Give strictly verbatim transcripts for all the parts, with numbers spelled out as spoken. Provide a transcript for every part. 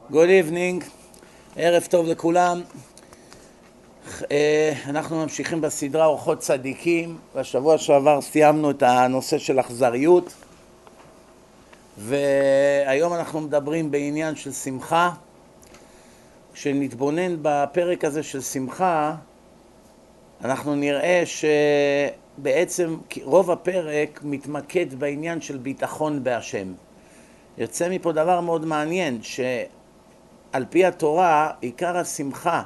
Good evening, ערב טוב לכולם. אנחנו ממשיכים בסדרה אורחות צדיקים. בשבוע שעבר סיימנו את הנושא של אכזריות, והיום אנחנו מדברים בעניין של שמחה. כשנתבונן בפרק הזה של שמחה, אנחנו נראה שבעצם רוב הפרק מתמקד בעניין של ביטחון בהשם. יוצא מפה דבר מאוד מעניין, שעל פי התורה עיקר השמחה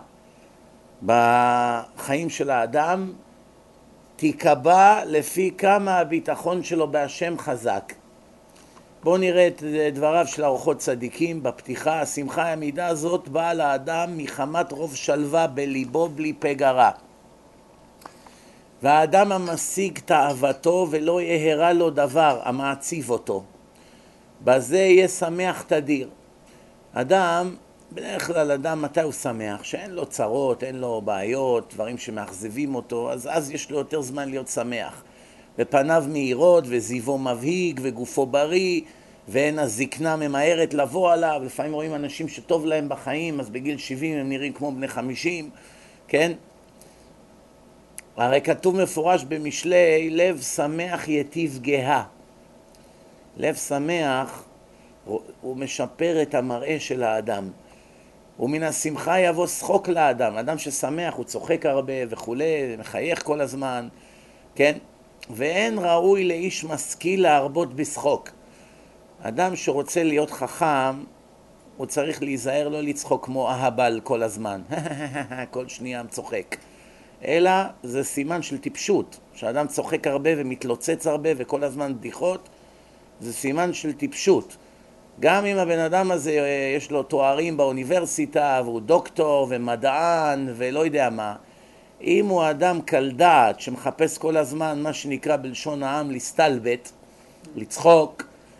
בחיים של האדם תיקבע לפי כמה הביטחון שלו בהשם חזק. בואו נראה את דבריו של אורחות צדיקים בפתיחה. השמחה המידה הזאת באה לאדם מחמת רוב שלווה בליבו בלי פגע רע. והאדם המשיג תאוותו ולא יהרה לו דבר המעציב אותו, בזה יהיה שמח תדיר. אדם, בדרך כלל אדם מתי הוא שמח? שאין לו צרות, אין לו בעיות, דברים שמאכזבים אותו, אז אז יש לו יותר זמן להיות שמח. ופניו מהירות וזיבו מבהיג וגופו בריא, ואין הזקנה ממהרת לבוא עליו. לפעמים רואים אנשים שטוב להם בחיים, אז בגיל שבעים הם נראים כמו בני חמישים, כן? הרי כתוב מפורש במשלי, לב שמח יטיב גאה. לב שמח הוא משפר את המראה של האדם, ומן השמחה יבוא שחוק לאדם. אדם ששמח הוא צוחק הרבה וכולי, מחייך כל הזמן, כן? ואין ראוי לאיש משכיל להרבות בשחוק. אדם שרוצה להיות חכם הוא צריך להיזהר לא לצחוק כמו אהבל כל הזמן, כל שנייה צוחק, אלא זה סימן של טיפשות. שאדם צוחק הרבה ומתלוצץ הרבה וכל הזמן בדיחות, זה סימן של טיפשות. גם אם הבן אדם הזה יש לו תוארים באוניברסיטה והוא דוקטור ומדען ולא יודע מה, אם הוא אדם קל דעת שמחפש כל הזמן מה שנקרא בלשון העם להסתלבט, לצחוק,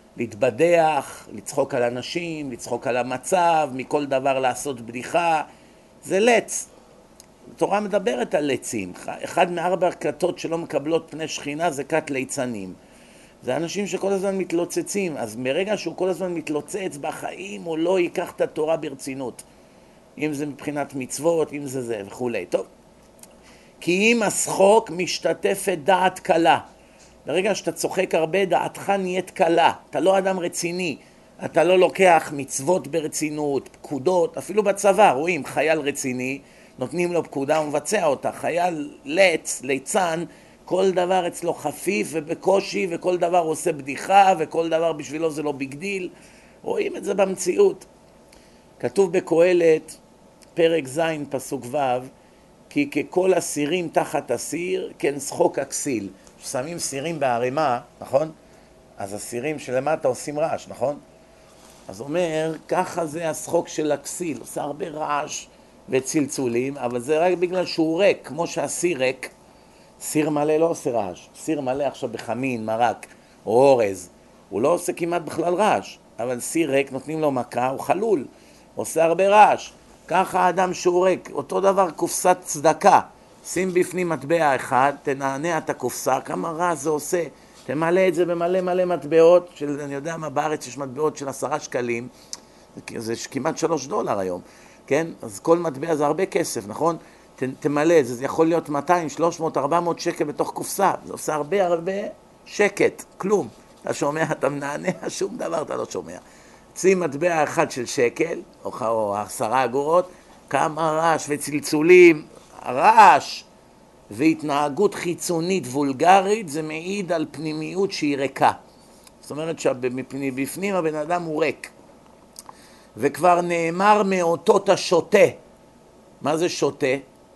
להתבדח, לצחוק על אנשים, לצחוק על המצב, מכל דבר לעשות בדיחה, זה לץ. התורה מדברת על לצים. אחד מארבע כתות שלא מקבלות פני שכינה זה כת ליצנים. זה אנשים שכל הזמן מתלוצצים. אז מרגע שהוא כל הזמן מתלוצץ בחיים, הוא לא ייקח את התורה ברצינות. אם זה מבחינת מצוות, אם זה זה וכו'. טוב. כי אם השחוק משתתפת דעת קלה. ברגע שאתה צוחק הרבה, דעתך נהיית קלה. אתה לא אדם רציני. אתה לא לוקח מצוות ברצינות, פקודות. אפילו בצבא, רואים, חייל רציני, נותנים לו פקודה ומבצע אותה. חייל לץ, ליצן, כל דבר אצלו חפיף ובקושי, וכל דבר עושה בדיחה, וכל דבר בשבילו זה לא ביג דיל. רואים את זה במציאות. כתוב בקהלת, פרק ז' פסוק ו', כי ככל הסירים תחת הסיר, כן שחוק הכסיל. שמים סירים בערימה, נכון? אז הסירים שלמטה עושים רעש, נכון? אז אומר, ככה זה השחוק של הכסיל. עושה הרבה רעש וצלצולים, אבל זה רק בגלל שהוא ריק, כמו שהסיר ריק. סיר מלא לא עושה רעש. סיר מלא עכשיו בחמין, מרק או אורז, הוא לא עושה כמעט בכלל רעש. אבל סיר ריק, נותנים לו מכה, הוא חלול, עושה הרבה רעש. ככה האדם שהוא ריק. אותו דבר קופסת צדקה. שים בפנים מטבע אחד, תנענע את הקופסה, כמה רע זה עושה. תמלא את זה במלא מלא מטבעות, של, אני יודע מה, בארץ יש מטבעות של עשרה שקלים, זה כמעט שלוש דולר היום, כן? אז כל מטבע זה הרבה כסף, נכון? ת, תמלא את זה, זה יכול להיות מאתיים, שלוש מאות, ארבע מאות שקל בתוך קופסה, זה עושה הרבה הרבה שקט, כלום. אתה שומע, אתה מנענע, שום דבר אתה לא שומע. שים מטבע אחד של שקל, או, או עשרה אגורות, כמה רעש וצלצולים, הרעש והתנהגות חיצונית וולגרית זה מעיד על פנימיות שהיא ריקה. זאת אומרת שבפנים הבן אדם הוא ריק. וכבר נאמר מאותות השוטה. מה זה שוטה?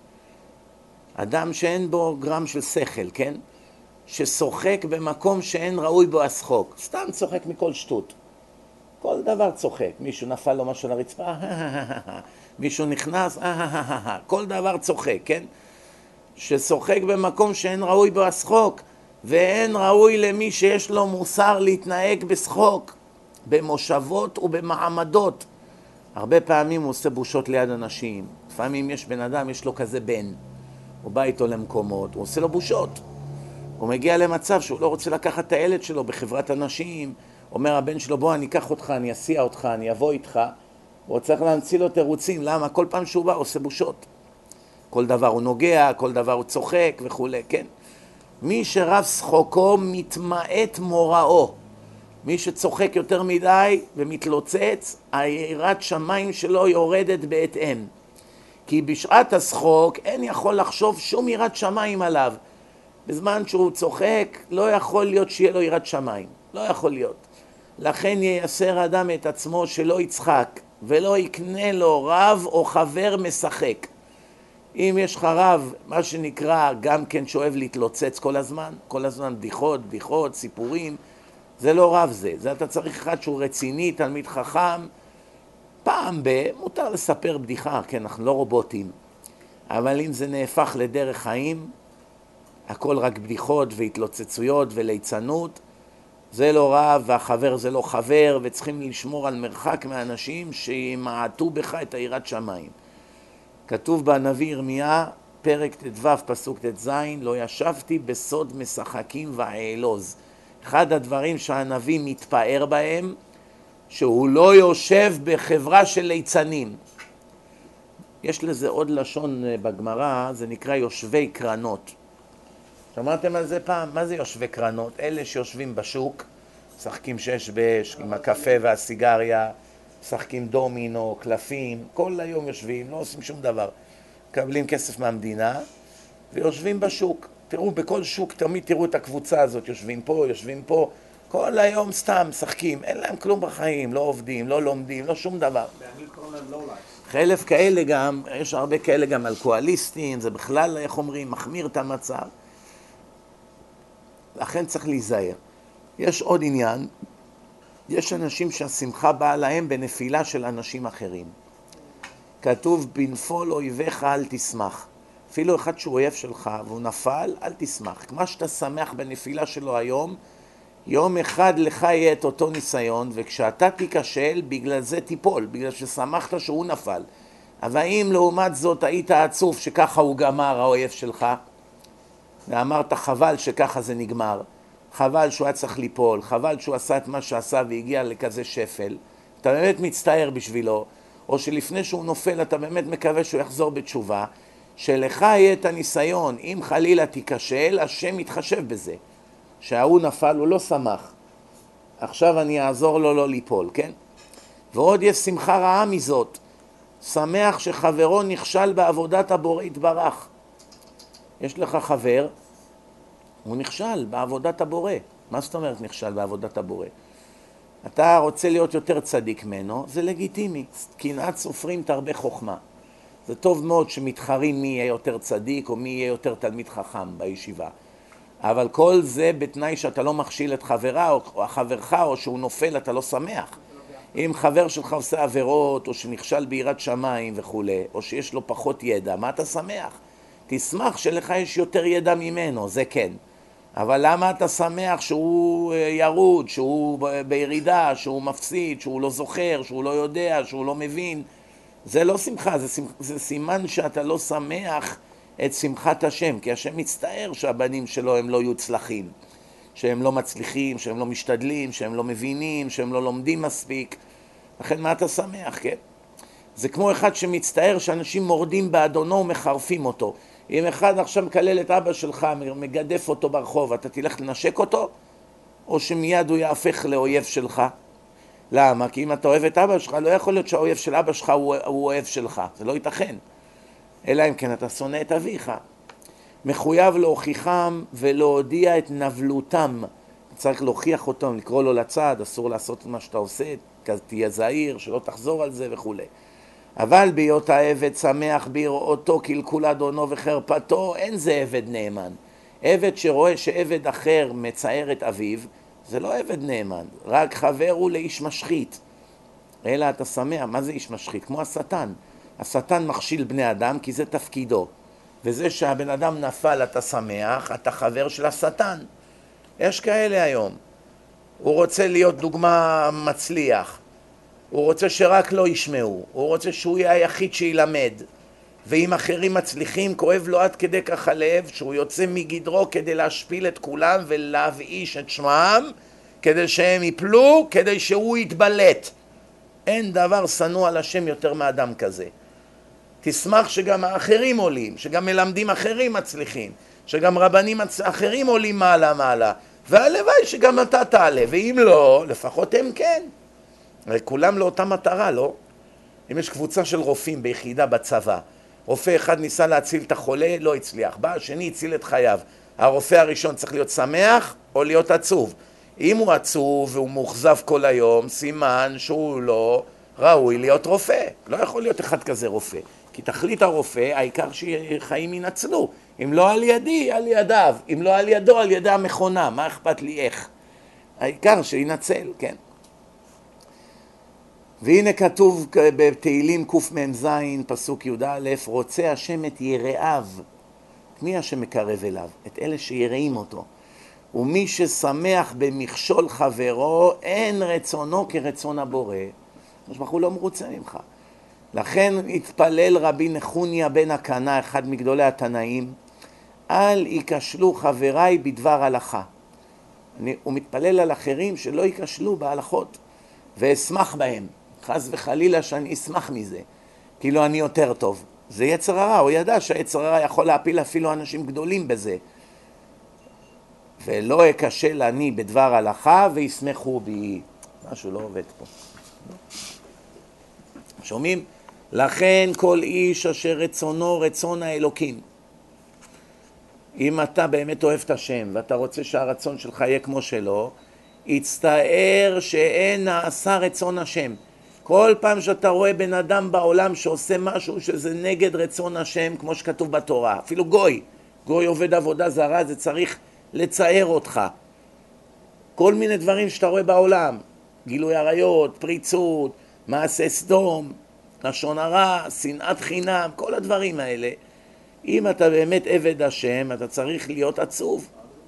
אדם שאין בו גרם של שכל, כן? ששוחק במקום שאין ראוי בו השחוק. סתם צוחק מכל שטות. כל דבר צוחק. מישהו נפל לו משהו לרצפה, מישהו נכנס, כל דבר צוחק, כן? ששוחק במקום שאין ראוי בו השחוק, ואין ראוי למי שיש לו מוסר להתנהג בשחוק, במושבות ובמעמדות. הרבה פעמים הוא עושה בושות ליד אנשים. לפעמים יש בן אדם, יש לו כזה בן, הוא בא איתו למקומות, הוא עושה לו בושות. הוא מגיע למצב שהוא לא רוצה לקחת את הילד שלו בחברת אנשים, אומר הבן שלו, בוא אני אקח אותך, אני אסיע אותך, אני אבוא איתך, הוא צריך להמציא לו תירוצים, למה? כל פעם שהוא בא עושה בושות. כל דבר הוא נוגע, כל דבר הוא צוחק וכו', כן? מי שרב שחוקו מתמעט מוראו. מי שצוחק יותר מדי ומתלוצץ, היראת שמיים שלו יורדת בהתאם. כי בשעת השחוק אין יכול לחשוב שום יראת שמיים עליו. בזמן שהוא צוחק לא יכול להיות שיהיה לו יראת שמיים. לא יכול להיות. לכן ייסר אדם את עצמו שלא יצחק ולא יקנה לו רב או חבר משחק. אם יש לך רב, מה שנקרא, גם כן שאוהב להתלוצץ כל הזמן, כל הזמן בדיחות, בדיחות, סיפורים, זה לא רב זה. זה אתה צריך אחד שהוא רציני, תלמיד חכם. פעם ב... מותר לספר בדיחה, כן, אנחנו לא רובוטים. אבל אם זה נהפך לדרך חיים, הכל רק בדיחות והתלוצצויות וליצנות, זה לא רב והחבר זה לא חבר, וצריכים לשמור על מרחק מאנשים שימעטו בך את היראת שמיים. כתוב בנביא ירמיה, פרק ט"ו פסוק ט"ז, לא ישבתי בסוד משחקים ואעלוז. אחד הדברים שהנביא מתפאר בהם, שהוא לא יושב בחברה של ליצנים. יש לזה עוד לשון בגמרא, זה נקרא יושבי קרנות. שמעתם על זה פעם? מה זה יושבי קרנות? אלה שיושבים בשוק, משחקים שש בש עם הקפה והסיגריה, משחקים דומינו, קלפים, כל היום יושבים, לא עושים שום דבר. מקבלים כסף מהמדינה ויושבים בשוק. תראו, בכל שוק תמיד תראו את הקבוצה הזאת, יושבים פה, יושבים פה, כל היום סתם משחקים, אין להם כלום בחיים, לא עובדים, לא לומדים, לא שום דבר. חלף כאלה גם, יש הרבה כאלה גם אלכוהוליסטים, זה בכלל, איך אומרים, מחמיר את המצב. לכן צריך להיזהר. יש עוד עניין, יש אנשים שהשמחה באה להם בנפילה של אנשים אחרים. כתוב, בנפול אויביך אל תשמח. אפילו אחד שהוא אויב שלך והוא נפל, אל תשמח. כמו שאתה שמח בנפילה שלו היום, יום אחד לך יהיה את אותו ניסיון, וכשאתה תיכשל, בגלל זה תיפול, בגלל ששמחת שהוא נפל. אבל אם לעומת זאת היית עצוב שככה הוא גמר האויב שלך, ואמרת חבל שככה זה נגמר, חבל שהוא היה צריך ליפול, חבל שהוא עשה את מה שעשה והגיע לכזה שפל, אתה באמת מצטער בשבילו, או שלפני שהוא נופל אתה באמת מקווה שהוא יחזור בתשובה, שלך יהיה את הניסיון, אם חלילה תיכשל, השם יתחשב בזה. שההוא נפל, הוא לא שמח. עכשיו אני אעזור לו לא ליפול, כן? ועוד יש שמחה רעה מזאת. שמח שחברו נכשל בעבודת הבורא יתברך. יש לך חבר, הוא נכשל בעבודת הבורא. מה זאת אומרת נכשל בעבודת הבורא? אתה רוצה להיות יותר צדיק ממנו, זה לגיטימי. קנאת סופרים תרבה חוכמה. זה טוב מאוד שמתחרים מי יהיה יותר צדיק או מי יהיה יותר תלמיד חכם בישיבה. אבל כל זה בתנאי שאתה לא מכשיל את חברה או חברך, או שהוא נופל אתה לא שמח. אם חבר שלך עושה עבירות או שנכשל ביראת שמיים וכו', או שיש לו פחות ידע, מה אתה שמח? תשמח שלך יש יותר ידע ממנו, זה כן. אבל למה אתה שמח שהוא ירוד, שהוא בירידה, שהוא מפסיד, שהוא לא זוכר, שהוא לא יודע, שהוא לא מבין? זה לא שמחה, זה, שמח, זה סימן שאתה לא שמח את שמחת השם, כי השם מצטער שהבנים שלו הם לא יוצלחים, שהם לא מצליחים, שהם לא משתדלים, שהם לא מבינים, שהם לא לומדים מספיק. לכן מה אתה שמח, כן? זה כמו אחד שמצטער שאנשים מורדים באדונו ומחרפים אותו. אם אחד עכשיו מקלל את אבא שלך, מגדף אותו ברחוב, אתה תלך לנשק אותו? או שמיד הוא יהפך לאויב שלך? למה? כי אם אתה אוהב את אבא שלך, לא יכול להיות שהאויב של אבא שלך הוא, הוא אוהב שלך. זה לא ייתכן. אלא אם כן אתה שונא את אביך. מחויב להוכיחם ולהודיע את נבלותם. צריך להוכיח אותם, לקרוא לו לצד, אסור לעשות מה שאתה עושה, תהיה זהיר, שלא תחזור על זה וכו'. אבל בהיות העבד שמח בראותו קלקול אדונו וחרפתו, אין זה עבד נאמן. עבד שרואה שעבד אחר מצער את אביו, זה לא עבד נאמן, רק חבר הוא לאיש משחית. אלא אתה שמח, מה זה איש משחית? כמו השטן. השטן מכשיל בני אדם כי זה תפקידו. וזה שהבן אדם נפל אתה שמח, אתה חבר של השטן. יש כאלה היום. הוא רוצה להיות דוגמה מצליח. הוא רוצה שרק לא ישמעו. הוא רוצה שהוא יהיה היחיד שילמד. ואם אחרים מצליחים, כואב לו עד כדי כך הלב, שהוא יוצא מגדרו כדי להשפיל את כולם ולהבאיש את שמם, כדי שהם יפלו, כדי שהוא יתבלט. אין דבר שנוא על השם יותר מאדם כזה. תשמח שגם האחרים עולים, שגם מלמדים אחרים מצליחים, שגם רבנים אחרים עולים מעלה מעלה, והלוואי שגם אתה תעלה, ואם לא, לפחות הם כן. וכולם לאותה מטרה, לא? אם יש קבוצה של רופאים ביחידה בצבא, רופא אחד ניסה להציל את החולה, לא הצליח, בא השני הציל את חייו. הרופא הראשון צריך להיות שמח או להיות עצוב? אם הוא עצוב והוא מוחזב כל היום, סימן שהוא לא ראוי להיות רופא. לא יכול להיות אחד כזה רופא. כי תכלית הרופא, העיקר שחיים ינצלו. אם לא על ידי, על ידיו. אם לא על ידו, על ידי המכונה. מה אכפת לי איך? העיקר שינצל, כן. והנה כתוב בתהילים קמ"ז, פסוק י"א, רוצה השם את יראיו. מי השם מקרב אליו? את אלה שיראים אותו. ומי ששמח במכשול חברו, אין רצונו כרצון הבורא. משמח הוא לא מרוצה ממך. לכן התפלל רבי נחוניה בן הקנה, אחד מגדולי התנאים, אל ייכשלו חבריי בדבר הלכה. אני, הוא מתפלל על אחרים שלא ייכשלו בהלכות, ואשמח בהם. חס וחלילה שאני אשמח מזה, כאילו אני יותר טוב. זה יצר הרע, הוא ידע שהיצר הרע יכול להפיל אפילו אנשים גדולים בזה. ולא אכשל אני בדבר הלכה וישמחו בי. משהו לא עובד פה. שומעים? לכן כל איש אשר רצונו רצון האלוקים. אם אתה באמת אוהב את השם ואתה רוצה שהרצון שלך יהיה כמו שלו, יצטער שאין נעשה רצון השם. כל פעם שאתה רואה בן אדם בעולם שעושה משהו שזה נגד רצון השם, כמו שכתוב בתורה, אפילו גוי, גוי עובד עבודה זרה, זה צריך לצער אותך. כל מיני דברים שאתה רואה בעולם, גילוי עריות, פריצות, מעשה סדום, לשון הרע, שנאת חינם, כל הדברים האלה. אם אתה באמת עבד השם, אתה צריך להיות עצוב.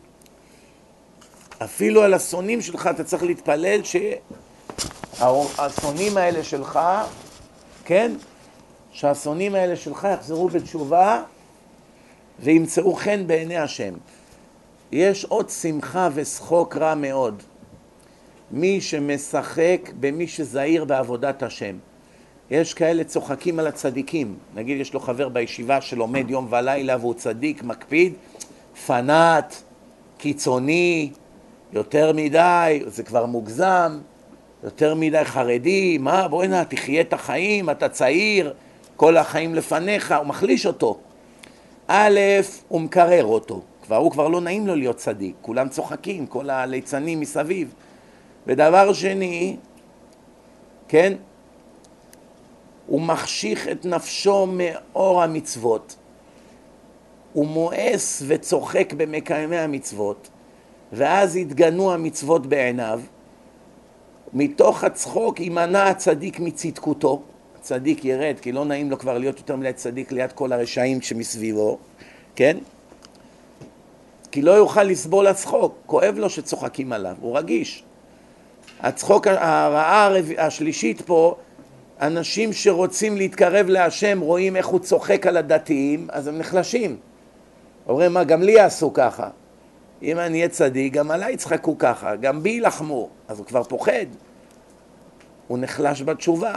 אפילו על השונאים שלך אתה צריך להתפלל שהשונאים האלה שלך, כן? שהשונאים האלה שלך יחזרו בתשובה וימצאו חן בעיני השם. יש עוד שמחה ושחוק רע מאוד. מי שמשחק במי שזהיר בעבודת השם. יש כאלה צוחקים על הצדיקים. נגיד יש לו חבר בישיבה שלומד יום ולילה והוא צדיק, מקפיד, פנאט, קיצוני, יותר מדי, זה כבר מוגזם, יותר מדי חרדי, מה בואי נה, תחיה את החיים, אתה צעיר, כל החיים לפניך, הוא מחליש אותו. א', הוא מקרר אותו, כבר, הוא כבר לא נעים לו להיות צדיק, כולם צוחקים, כל הליצנים מסביב. ודבר שני, כן, הוא מחשיך את נפשו מאור המצוות, הוא מואס וצוחק במקיימי המצוות, ואז התגנו המצוות בעיניו, מתוך הצחוק יימנע הצדיק מצדקותו, הצדיק ירד, כי לא נעים לו כבר להיות יותר מדי צדיק ליד כל הרשעים שמסביבו, כן? כי לא יוכל לסבול הצחוק, כואב לו שצוחקים עליו, הוא רגיש. הצחוק, הרעה השלישית פה, אנשים שרוצים להתקרב להשם, רואים איך הוא צוחק על הדתיים, אז הם נחלשים. אומרים, מה, גם לי יעשו ככה. אם אני אהיה צדיק, גם עליי יצחקו ככה, גם בי ילחמו. אז הוא כבר פוחד. הוא נחלש בתשובה.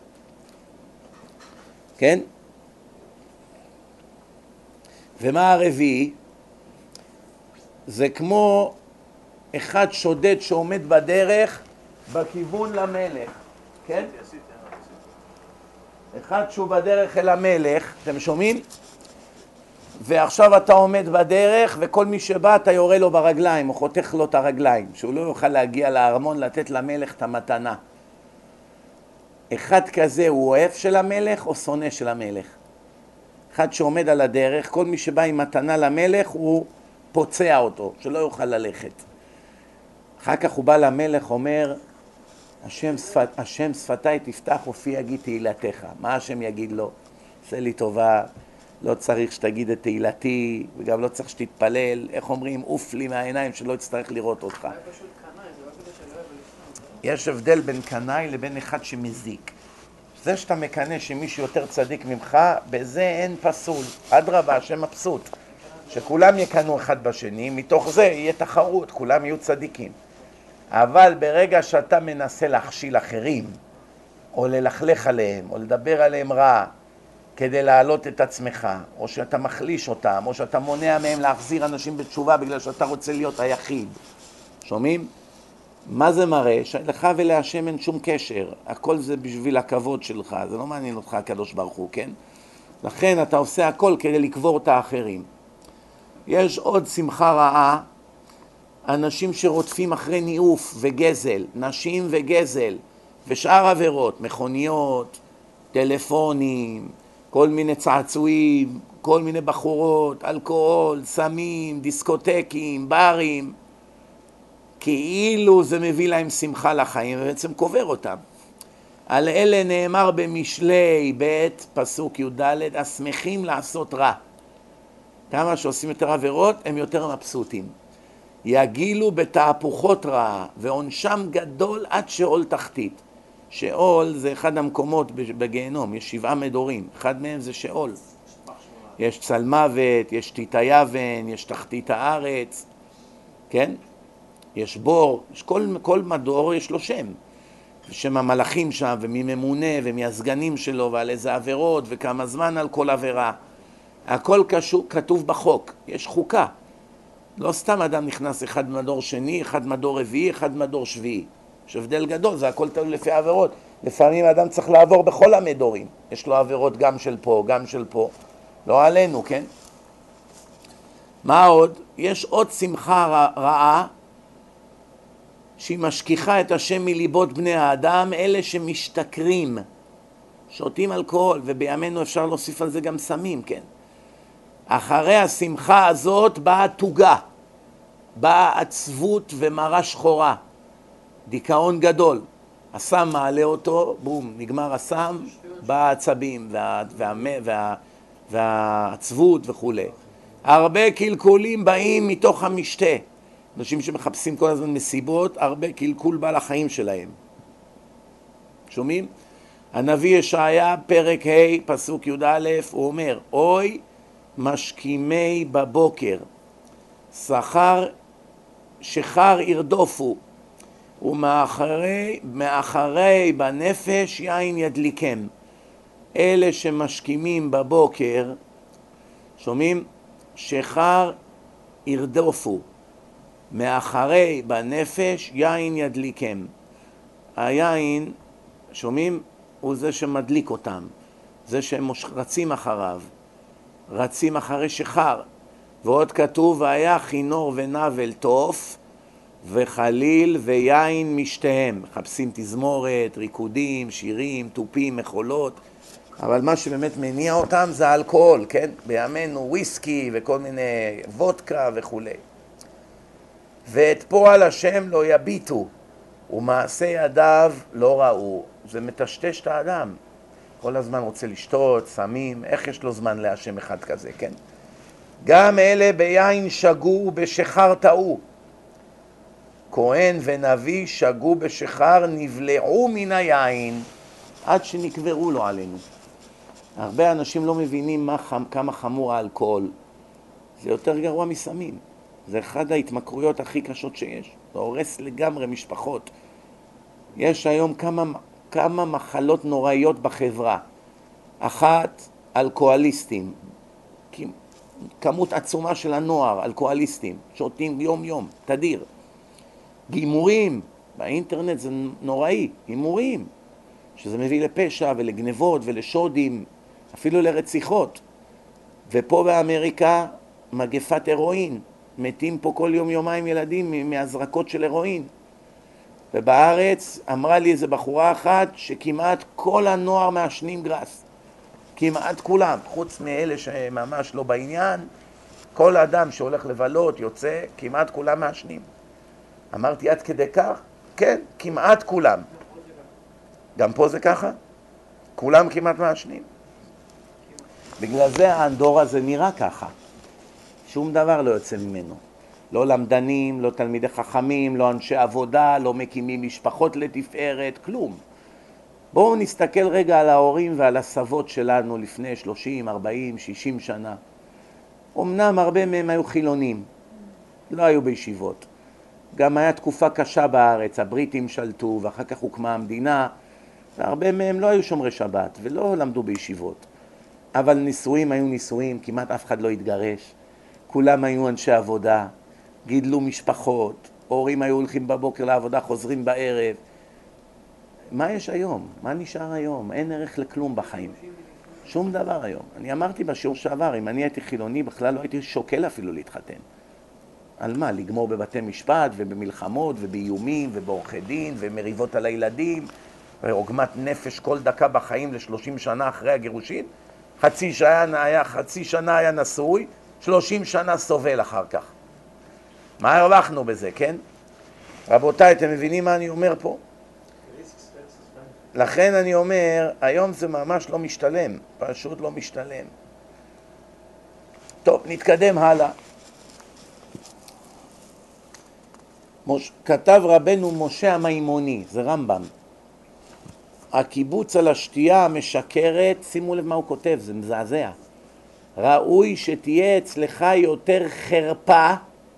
כן? ומה הרביעי? זה כמו אחד שודד שעומד בדרך בכיוון למלך. כן? אחד שהוא בדרך אל המלך, אתם שומעים? ועכשיו אתה עומד בדרך וכל מי שבא אתה יורה לו ברגליים, הוא חותך לו את הרגליים, שהוא לא יוכל להגיע לארמון לתת למלך את המתנה. אחד כזה הוא אוהב של המלך או שונא של המלך? אחד שעומד על הדרך, כל מי שבא עם מתנה למלך הוא פוצע אותו, שלא יוכל ללכת. אחר כך הוא בא למלך, אומר, השם, שפת, השם שפתיי תפתח ופי יגיד תהילתך. מה השם יגיד לו? עשה לי טובה, לא צריך שתגיד את תהילתי, וגם לא צריך שתתפלל. איך אומרים? עוף לי מהעיניים שלא יצטרך לראות אותך. יש הבדל בין קנאי לבין אחד שמזיק. זה שאתה מקנה שמישהו יותר צדיק ממך, בזה אין פסול. אדרבה, השם מבסוט. שכולם יקנו אחד בשני, מתוך זה יהיה תחרות, כולם יהיו צדיקים. אבל ברגע שאתה מנסה להכשיל אחרים, או ללכלך עליהם, או לדבר עליהם רע, כדי להעלות את עצמך, או שאתה מחליש אותם, או שאתה מונע מהם להחזיר אנשים בתשובה בגלל שאתה רוצה להיות היחיד. שומעים? מה זה מראה? שלך ולהשם אין שום קשר. הכל זה בשביל הכבוד שלך. זה לא מעניין אותך הקדוש ברוך הוא, כן? לכן אתה עושה הכל כדי לקבור את האחרים. יש עוד שמחה רעה, אנשים שרודפים אחרי ניאוף וגזל, נשים וגזל, ושאר עבירות, מכוניות, טלפונים, כל מיני צעצועים, כל מיני בחורות, אלכוהול, סמים, דיסקוטקים, ברים, כאילו זה מביא להם שמחה לחיים, ובעצם קובר אותם. על אלה נאמר במשלי ב' פסוק י"ד, השמחים לעשות רע. כמה שעושים יותר עבירות, הם יותר מבסוטים. יגילו בתהפוכות רעה, ועונשם גדול עד שאול תחתית. שאול זה אחד המקומות בגיהנום, יש שבעה מדורים, אחד מהם זה שאול. יש צל מוות, יש תיתה יבן, יש תחתית הארץ, כן? יש בור, יש כל, כל מדור יש לו שם. שם המלאכים שם, ומי ממונה, ומי הסגנים שלו, ועל איזה עבירות, וכמה זמן על כל עבירה. הכל קשור, כתוב בחוק, יש חוקה. לא סתם אדם נכנס אחד מדור שני, אחד מדור רביעי, אחד מדור שביעי. יש הבדל גדול, זה הכל תלוי לפי עבירות. לפעמים האדם צריך לעבור בכל המדורים. יש לו עבירות גם של פה, גם של פה. לא עלינו, כן? מה עוד? יש עוד שמחה רעה, שהיא משכיחה את השם מליבות בני האדם, אלה שמשתכרים, שותים אלכוהול, ובימינו אפשר להוסיף על זה גם סמים, כן? אחרי השמחה הזאת באה תוגה, באה עצבות ומרה שחורה, דיכאון גדול. הסם מעלה אותו, בום, נגמר הסם, באה העצבים וה, וה, וה, והעצבות וכו'. הרבה קלקולים באים מתוך המשתה. אנשים שמחפשים כל הזמן מסיבות, הרבה קלקול בא לחיים שלהם. שומעים? הנביא ישעיה, פרק ה', פסוק י"א, הוא אומר, אוי משכימי בבוקר, שכר שחר ירדופו, ומאחרי מאחרי בנפש יין ידליקם. אלה שמשכימים בבוקר, שומעים? שחר ירדופו, מאחרי בנפש יין ידליקם. היין, שומעים? הוא זה שמדליק אותם, זה שהם רצים אחריו, רצים אחרי שחר. ועוד כתוב, והיה חינור ונבל תוף, וחליל ויין משתיהם. מחפשים תזמורת, ריקודים, שירים, טופים, מחולות. אבל מה שבאמת מניע אותם זה אלכוהול, כן? בימינו וויסקי וכל מיני וודקה וכו'. ואת פועל השם לא יביטו, ומעשה ידיו לא ראו. זה מטשטש את האדם. כל הזמן רוצה לשתות, סמים, איך יש לו זמן להשם אחד כזה, כן? גם אלה ביין שגו בשחר טעו. כהן ונביא שגו בשחר, נבלעו מן היין עד שנקברו לו עלינו. הרבה אנשים לא מבינים מה, כמה חמור האלכוהול. זה יותר גרוע מסמים. זה אחד ההתמכרויות הכי קשות שיש. זה הורס לגמרי משפחות. יש היום כמה, כמה מחלות נוראיות בחברה. אחת, אלכוהוליסטים. כמות עצומה של הנוער, אלכוהוליסטים, שותים יום יום, תדיר. הימורים, באינטרנט זה נוראי, הימורים, שזה מביא לפשע ולגנבות ולשודים, אפילו לרציחות. ופה באמריקה מגפת הרואין, מתים פה כל יום יומיים ילדים מהזרקות של הרואין. ובארץ אמרה לי איזו בחורה אחת שכמעט כל הנוער מעשנים גרס. כמעט כולם, חוץ מאלה שממש לא בעניין, כל אדם שהולך לבלות, יוצא, כמעט כולם מעשנים. אמרתי עד כדי כך? כן, כמעט כולם. גם פה זה ככה? כולם כמעט מעשנים. בגלל זה האנדורה זה נראה ככה. שום דבר לא יוצא ממנו. לא למדנים, לא תלמידי חכמים, לא אנשי עבודה, לא מקימים משפחות לתפארת, כלום. בואו נסתכל רגע על ההורים ועל הסבות שלנו לפני שלושים, ארבעים, שישים שנה. אמנם הרבה מהם היו חילונים, לא היו בישיבות. גם היה תקופה קשה בארץ, הבריטים שלטו ואחר כך הוקמה המדינה, והרבה מהם לא היו שומרי שבת ולא למדו בישיבות. אבל נישואים היו נישואים, כמעט אף אחד לא התגרש. כולם היו אנשי עבודה, גידלו משפחות, הורים היו הולכים בבוקר לעבודה, חוזרים בערב. מה יש היום? מה נשאר היום? אין ערך לכלום בחיים. שום דבר היום. אני אמרתי בשיעור שעבר, אם אני הייתי חילוני, בכלל לא הייתי שוקל אפילו להתחתן. על מה? לגמור בבתי משפט ובמלחמות ובאיומים ובעורכי דין ומריבות על הילדים ועוגמת נפש כל דקה בחיים ל-שלושים שנה אחרי הגירושין? חצי שנה היה, חצי שנה היה נשוי, שלושים שנה סובל אחר כך. מה הרווחנו בזה, כן? רבותיי, אתם מבינים מה אני אומר פה? לכן אני אומר, היום זה ממש לא משתלם, פשוט לא משתלם. טוב, נתקדם הלאה. מוש... כתב רבנו משה המימוני, זה רמב"ם. הקיבוץ על השתייה המשקרת, שימו לב מה הוא כותב, זה מזעזע. ראוי שתהיה אצלך יותר חרפה,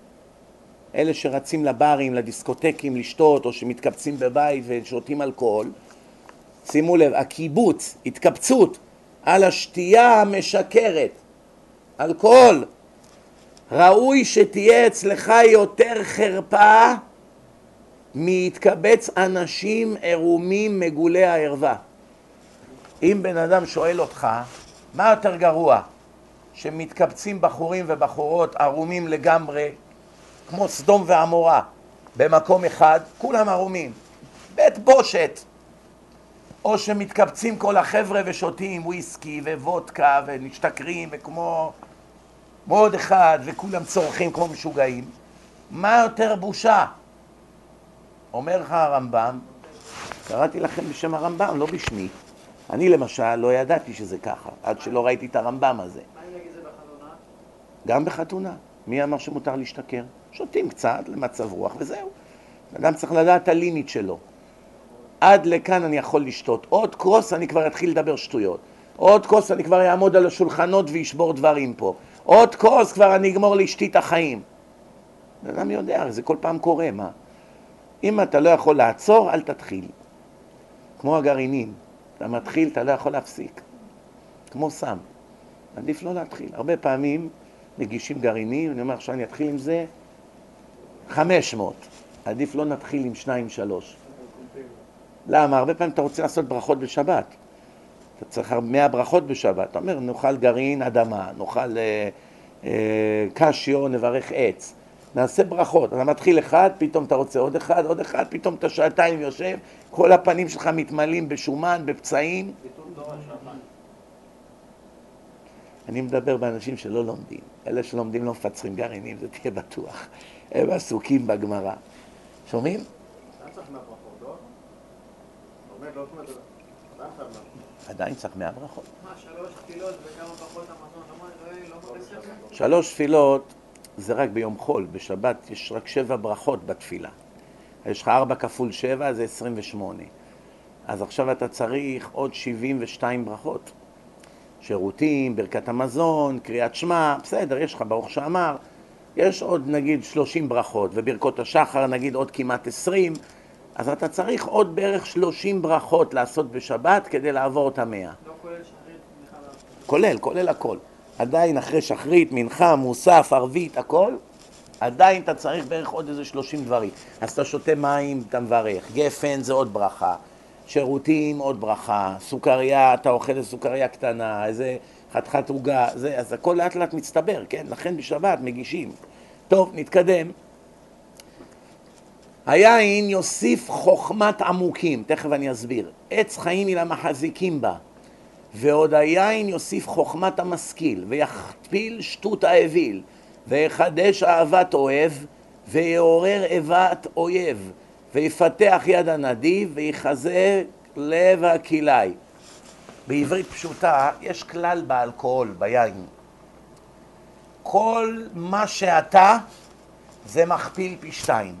אלה שרצים לברים, לדיסקוטקים לשתות, או שמתקבצים בבית ושותים אלכוהול. שימו לב, הקיבוץ, התקבצות על השתייה המשקרת, אלכוהול. ראוי שתהיה אצלך יותר חרפה מהתקבץ אנשים עירומים מגולי הערווה. אם בן אדם שואל אותך, מה יותר גרוע? שמתקבצים בחורים ובחורות ערומים לגמרי, כמו סדום ועמורה, במקום אחד, כולם ערומים, בית בושת. או שמתקבצים כל החבר'ה ושותים וויסקי ווודקה ונשתכרים וכמו מאוד אחד וכולם צורכים כמו משוגעים. מה יותר בושה? אומר לך הרמב"ם, קראתי לכם בשם הרמב"ם, לא בשמי. אני למשל לא ידעתי שזה ככה, עד שלא ראיתי את הרמב"ם הזה. מה אם נגיד זה בחתונה? גם בחתונה. מי אמר שמותר להשתכר? שותים קצת למצב רוח וזהו. אדם צריך לדעת את הלימיט שלו. עד לכאן אני יכול לשתות. עוד קרוס אני כבר אתחיל לדבר שטויות. עוד קרוס אני כבר אעמוד על השולחנות וישבור דברים פה. עוד קרוס כבר אני אגמור לאשתי את החיים. אדם יודע, זה כל פעם קורה, מה? אם אתה לא יכול לעצור, אל תתחיל. כמו הגרעינים. אתה מתחיל, אתה לא יכול להפסיק. כמו סם. עדיף לא להתחיל. הרבה פעמים מגישים גרעינים, אני אומר עכשיו אני אתחיל עם זה חמש מאות. עדיף לא נתחיל עם שניים, שלוש. למה? הרבה פעמים אתה רוצה לעשות ברכות בשבת. אתה צריך מאה ברכות בשבת. אתה אומר, נאכל גרעין אדמה, נאכל אה, אה, קשיו, נברך עץ. נעשה ברכות. אתה מתחיל אחד, פתאום אתה רוצה עוד אחד, עוד אחד, פתאום אתה שעתיים יושב, כל הפנים שלך מתמלאים בשומן, בפצעים. אני מדבר באנשים שלא לומדים. אלה שלומדים לא מפצחים גרעינים, זה תהיה בטוח. הם עסוקים בגמרא. שומעים? עדיין צריך מאה ברכות. מה, שלוש תפילות וכמה פחות המזון? לא בסדר? שלוש תפילות זה רק ביום חול. בשבת יש רק שבע ברכות בתפילה. יש לך ארבע כפול שבע, זה עשרים ושמונה. אז עכשיו אתה צריך עוד שבעים ושתיים ברכות. שירותים, ברכת המזון, קריאת שמע, בסדר, יש לך ברוך שאמר. יש עוד נגיד שלושים ברכות, וברכות השחר נגיד עוד כמעט עשרים. אז אתה צריך עוד בערך שלושים ברכות לעשות בשבת כדי לעבור את המאה. לא כולל שחרית, מנחה וערבית. כולל, כולל הכל. עדיין אחרי שחרית, מנחה, מוסף, ערבית, הכל, עדיין אתה צריך בערך עוד איזה שלושים דברים. אז אתה שותה מים, אתה מברך. גפן זה עוד ברכה. שירותים, עוד ברכה. סוכריה, אתה אוכל איזה סוכריה קטנה, איזה חתיכת עוגה, זה, אז הכל לאט לאט מצטבר, כן? לכן בשבת מגישים. טוב, נתקדם. היין יוסיף חוכמת עמוקים, תכף אני אסביר. עץ חיים היא למחזיקים בה. ועוד היין יוסיף חוכמת המשכיל, ויכפיל שטות האוויל, ויחדש אהבת אוהב, ויעורר איבת אויב, ויפתח יד הנדיב, ויחזק לב הכלאי. בעברית פשוטה, יש כלל באלכוהול, ביין. כל מה שאתה, זה מכפיל פי שתיים.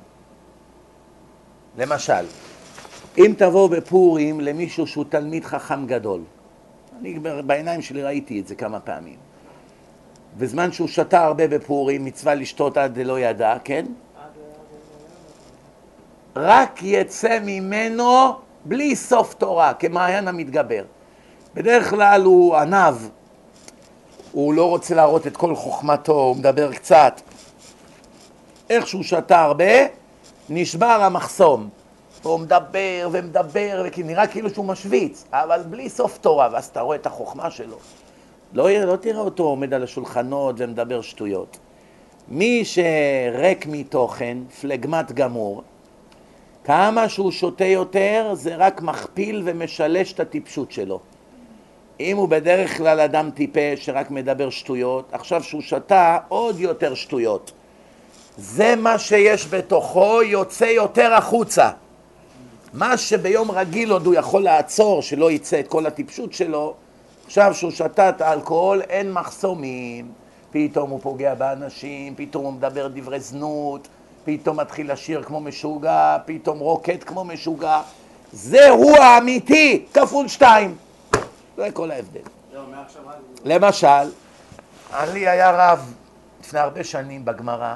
למשל, אם תבוא בפורים למישהו שהוא תלמיד חכם גדול, אני בעיניים שלי ראיתי את זה כמה פעמים, בזמן שהוא שתה הרבה בפורים, מצווה לשתות עד לא ידע, כן? רק יצא ממנו בלי סוף תורה, כמעיין המתגבר. בדרך כלל הוא ענב, הוא לא רוצה להראות את כל חוכמתו, הוא מדבר קצת. איך שהוא שתה הרבה, נשבר המחסום. הוא מדבר ומדבר, ונראה כאילו שהוא משוויץ, אבל בלי סוף תורה, ואז אתה רואה את החוכמה שלו. לא, לא תראה אותו עומד על השולחנות ומדבר שטויות. מי שרק מתוכן, פלגמת גמור, כמה שהוא שותה יותר, זה רק מכפיל ומשלש את הטיפשות שלו. אם הוא בדרך כלל אדם טיפש שרק מדבר שטויות, עכשיו שהוא שתה עוד יותר שטויות. זה מה שיש בתוכו יוצא יותר החוצה. מה שביום רגיל עוד הוא יכול לעצור שלא יצא את כל הטיפשות שלו, עכשיו שהוא שתה את האלכוהול אין מחסומים. פתאום הוא פוגע באנשים, פתאום הוא מדבר דברי זנות, פתאום מתחיל לשיר כמו משוגע, פתאום רוקט כמו משוגע. זה הוא האמיתי, כפול שתיים. זה כל ההבדל. למשל, לי היה רב לפני הרבה שנים בגמרא,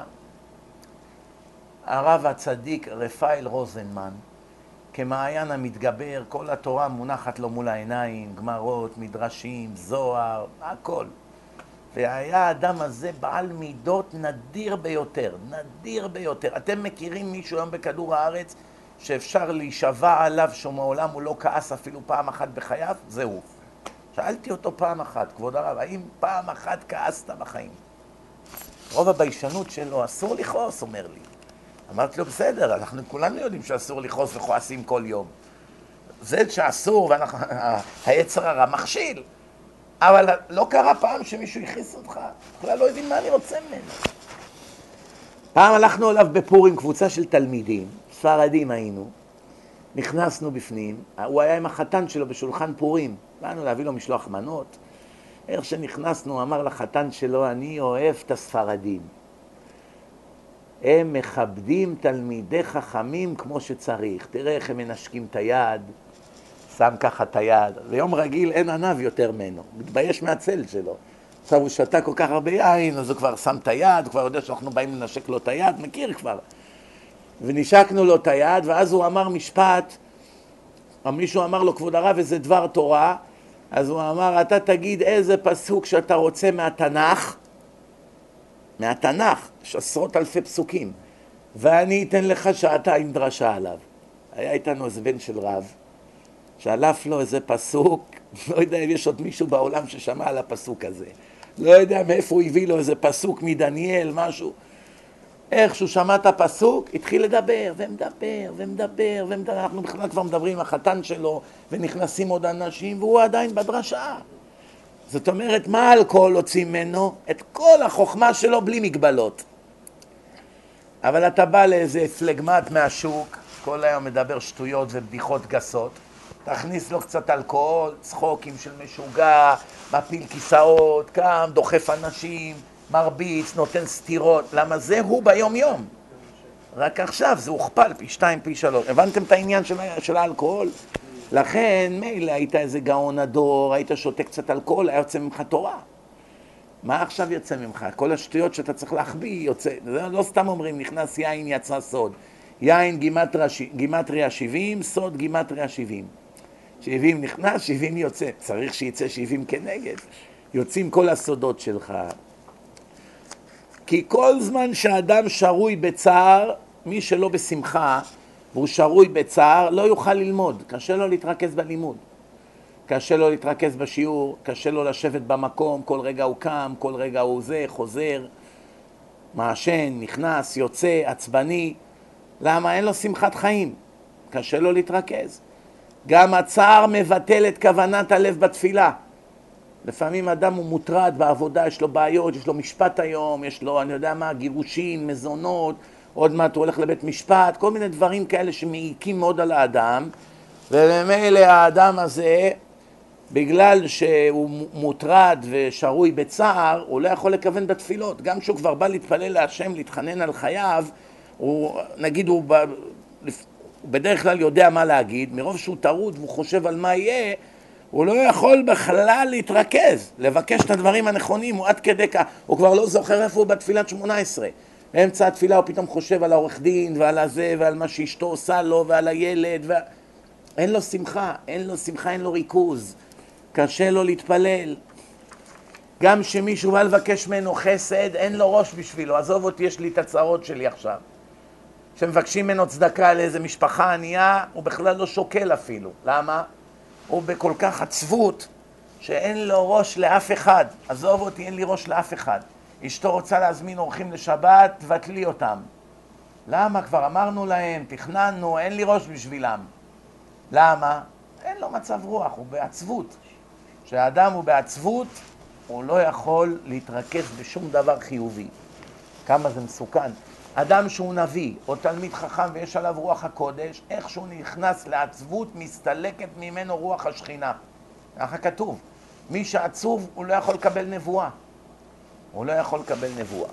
הרב הצדיק רפאל רוזנמן, כמעיין המתגבר, כל התורה מונחת לו מול העיניים, גמרות, מדרשים, זוהר, הכל. והיה האדם הזה בעל מידות נדיר ביותר, נדיר ביותר. אתם מכירים מישהו היום בכדור הארץ שאפשר להישבע עליו שמעולם הוא לא כעס אפילו פעם אחת בחייו? זהו. שאלתי אותו פעם אחת, כבוד הרב, האם פעם אחת כעסת בחיים? רוב הביישנות שלו, אסור לכעוס, אומר לי. אמרתי לו, בסדר, אנחנו כולנו יודעים שאסור לכעוס וכועסים כל יום. זה שאסור, והיצר הרע מכשיל. אבל לא קרה פעם שמישהו הכניס אותך, בכלל לא הבין מה אני רוצה ממנו. פעם הלכנו אליו בפורים, קבוצה של תלמידים, ספרדים היינו, נכנסנו בפנים, הוא היה עם החתן שלו בשולחן פורים, באנו להביא לו משלוח מנות, איך שנכנסנו אמר לחתן שלו, אני אוהב את הספרדים. הם מכבדים תלמידי חכמים כמו שצריך, תראה איך הם מנשקים את היד, שם ככה את היד, ויום רגיל אין ענב יותר ממנו, מתבייש מהצל שלו. עכשיו הוא שתה כל כך הרבה יין, אז הוא כבר שם את היד, הוא כבר יודע שאנחנו באים לנשק לו את היד, מכיר כבר. ונשקנו לו את היד, ואז הוא אמר משפט, מישהו אמר לו, כבוד הרב, איזה דבר תורה, אז הוא אמר, אתה תגיד איזה פסוק שאתה רוצה מהתנ"ך, מהתנ"ך, יש עשרות אלפי פסוקים, ואני אתן לך שעתיים דרשה עליו. היה איתנו איזה בן של רב, שאלף לו איזה פסוק, לא יודע אם יש עוד מישהו בעולם ששמע על הפסוק הזה, לא יודע מאיפה הוא הביא לו איזה פסוק מדניאל, משהו. איך שהוא שמע את הפסוק, התחיל לדבר, ומדבר, ומדבר, ומדבר, אנחנו בכלל כבר מדברים עם החתן שלו, ונכנסים עוד אנשים, והוא עדיין בדרשה. זאת אומרת, מה האלכוהול הוציא ממנו? את כל החוכמה שלו בלי מגבלות. אבל אתה בא לאיזה פלגמט מהשוק, כל היום מדבר שטויות ובדיחות גסות, תכניס לו קצת אלכוהול, צחוקים של משוגע, מפיל כיסאות, קם, דוחף אנשים, מרביץ, נותן סתירות. למה זה הוא ביום יום? רק עכשיו זה הוכפל פי שתיים, פי שלוש. הבנתם את העניין של, של האלכוהול? לכן מילא היית איזה גאון הדור, היית שותה קצת אלכוהול, היה יוצא ממך תורה. מה עכשיו יוצא ממך? כל השטויות שאתה צריך להחביא יוצא. זה לא סתם אומרים, נכנס יין יצא סוד. יין גימטריה שבעים, סוד גימטריה שבעים. שבעים נכנס, שבעים יוצא. צריך שיצא שבעים כנגד. יוצאים כל הסודות שלך. כי כל זמן שאדם שרוי בצער, מי שלא בשמחה, והוא שרוי בצער, לא יוכל ללמוד. קשה לו להתרכז בלימוד. קשה לו להתרכז בשיעור, קשה לו לשבת במקום, כל רגע הוא קם, כל רגע הוא זה, חוזר, מעשן, נכנס, יוצא, עצבני. למה? אין לו שמחת חיים. קשה לו להתרכז. גם הצער מבטל את כוונת הלב בתפילה. לפעמים אדם הוא מוטרד בעבודה, יש לו בעיות, יש לו משפט היום, יש לו, אני יודע מה, גירושים, מזונות, עוד מעט הוא הולך לבית משפט, כל מיני דברים כאלה שמעיקים מאוד על האדם, ובמילא האדם הזה, בגלל שהוא מוטרד ושרוי בצער, הוא לא יכול לכוון בתפילות. גם כשהוא כבר בא להתפלל להשם, להתחנן על חייו, הוא, נגיד הוא, ב, הוא בדרך כלל יודע מה להגיד, מרוב שהוא טרוד והוא חושב על מה יהיה, הוא לא יכול בכלל להתרכז, לבקש את הדברים הנכונים, הוא עד כדי כך, הוא כבר לא זוכר איפה הוא בתפילת שמונה עשרה. באמצע התפילה הוא פתאום חושב על העורך דין ועל הזה ועל מה שאשתו עושה לו ועל הילד. ו... אין לו שמחה, אין לו שמחה, אין לו ריכוז, קשה לו להתפלל. גם שמישהו בא לבקש ממנו חסד, אין לו ראש בשבילו. עזוב אותי, יש לי את הצרות שלי עכשיו. כשמבקשים ממנו צדקה לאיזה משפחה ענייה, הוא בכלל לא שוקל אפילו. למה? הוא בכל כך עצבות שאין לו ראש לאף אחד. עזוב אותי, אין לי ראש לאף אחד. אשתו רוצה להזמין אורחים לשבת, תבטלי אותם. למה? כבר אמרנו להם, תכננו, אין לי ראש בשבילם. למה? אין לו מצב רוח, הוא בעצבות. כשהאדם הוא בעצבות, הוא לא יכול להתרכז בשום דבר חיובי. כמה זה מסוכן. אדם שהוא נביא או תלמיד חכם ויש עליו רוח הקודש, איך שהוא נכנס לעצבות, מסתלקת ממנו רוח השכינה. ככה כתוב. מי שעצוב הוא לא יכול לקבל נבואה. הוא לא יכול לקבל נבואה.